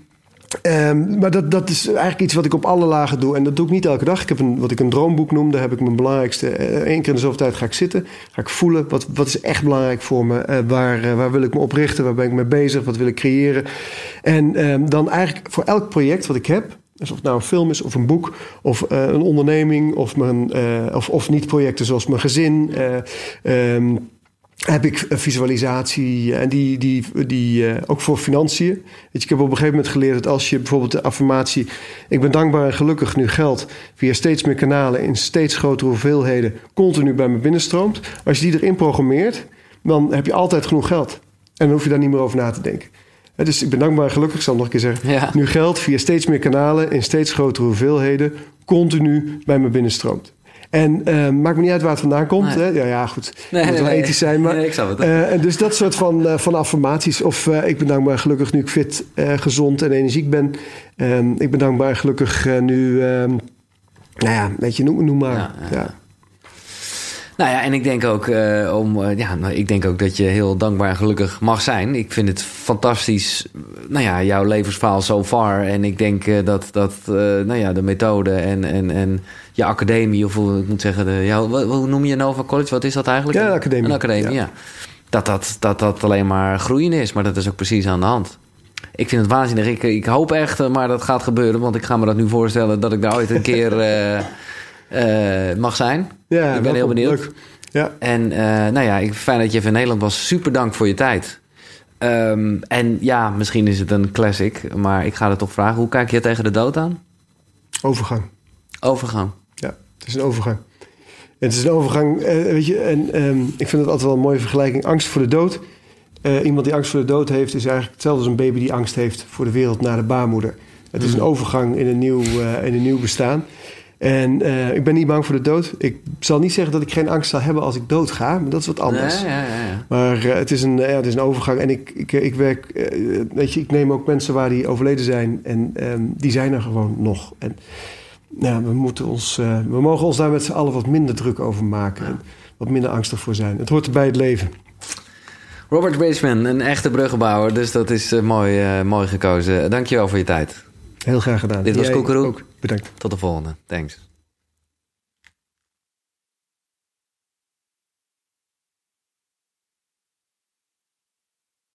Um, maar dat, dat is eigenlijk iets wat ik op alle lagen doe. En dat doe ik niet elke dag. Ik heb een, wat ik een droomboek noem. Daar heb ik mijn belangrijkste... Eén uh, keer in de zoveel tijd ga ik zitten. Ga ik voelen. Wat, wat is echt belangrijk voor me? Uh, waar, uh, waar wil ik me op richten? Waar ben ik mee bezig? Wat wil ik creëren? En um, dan eigenlijk voor elk project wat ik heb... Dus of het nou een film is of een boek... of uh, een onderneming... of, mijn, uh, of, of niet projecten zoals mijn gezin... Uh, um, heb ik een visualisatie en die, die, die uh, ook voor financiën. Weet je, ik heb op een gegeven moment geleerd dat als je bijvoorbeeld de affirmatie... ik ben dankbaar en gelukkig nu geld via steeds meer kanalen... in steeds grotere hoeveelheden continu bij me binnenstroomt. Als je die erin programmeert, dan heb je altijd genoeg geld. En dan hoef je daar niet meer over na te denken. Dus ik ben dankbaar en gelukkig, ik zal het nog een keer zeggen... Ja. nu geld via steeds meer kanalen in steeds grotere hoeveelheden... continu bij me binnenstroomt. En uh, maakt me niet uit waar het vandaan komt. Nee. Hè? Ja, ja, goed. Nee, het moet wel nee, ethisch zijn. Maar, nee, ik snap het. Uh, en dus dat soort van, uh, van affirmaties. Of uh, ik ben dankbaar gelukkig nu ik fit, uh, gezond en energiek ben. Uh, ik ben dankbaar gelukkig uh, nu... Uh, nou ja, weet je, noem, noem maar. Ja, ja. Ja. Nou ja, en ik denk ook uh, om, uh, ja, nou, ik denk ook dat je heel dankbaar en gelukkig mag zijn. Ik vind het fantastisch, nou ja, jouw levensverhaal so far. En ik denk uh, dat, dat uh, nou ja, de methode en, en, en je academie, of hoe ik moet zeggen, de, jou, wat, hoe noem je Nova College? Wat is dat eigenlijk? Ja, een academie. Een academie, ja. ja. Dat, dat, dat dat alleen maar groeien is, maar dat is ook precies aan de hand. Ik vind het waanzinnig. Ik, ik hoop echt, maar dat gaat gebeuren, want ik ga me dat nu voorstellen dat ik daar ooit een keer uh, uh, mag zijn. Ja, ik ben heel benieuwd. Leuk. Ja. En uh, nou ja, ik, fijn dat je even in Nederland was. Super dank voor je tijd. Um, en ja, misschien is het een classic, maar ik ga het toch vragen. Hoe kijk je tegen de dood aan? Overgang. Overgang. Ja, het is een overgang. Het is een overgang, uh, weet je, en um, ik vind het altijd wel een mooie vergelijking. Angst voor de dood. Uh, iemand die angst voor de dood heeft, is eigenlijk hetzelfde als een baby die angst heeft voor de wereld na de baarmoeder. Het is een overgang in een nieuw, uh, in een nieuw bestaan. En uh, ik ben niet bang voor de dood. Ik zal niet zeggen dat ik geen angst zal hebben als ik doodga, maar dat is wat anders. Nee, ja, ja, ja. Maar uh, het, is een, ja, het is een overgang. En ik, ik, ik werk, uh, weet je, ik neem ook mensen waar die overleden zijn en um, die zijn er gewoon nog. En ja, we moeten ons, uh, we mogen ons daar met z'n allen wat minder druk over maken en wat minder angstig voor zijn. Het hoort erbij het leven. Robert Bridgman, een echte bruggenbouwer, dus dat is uh, mooi, uh, mooi gekozen. Dankjewel voor je tijd. Heel graag gedaan. Dit was Koekeroe. Ook. Bedankt. Tot de volgende. Thanks.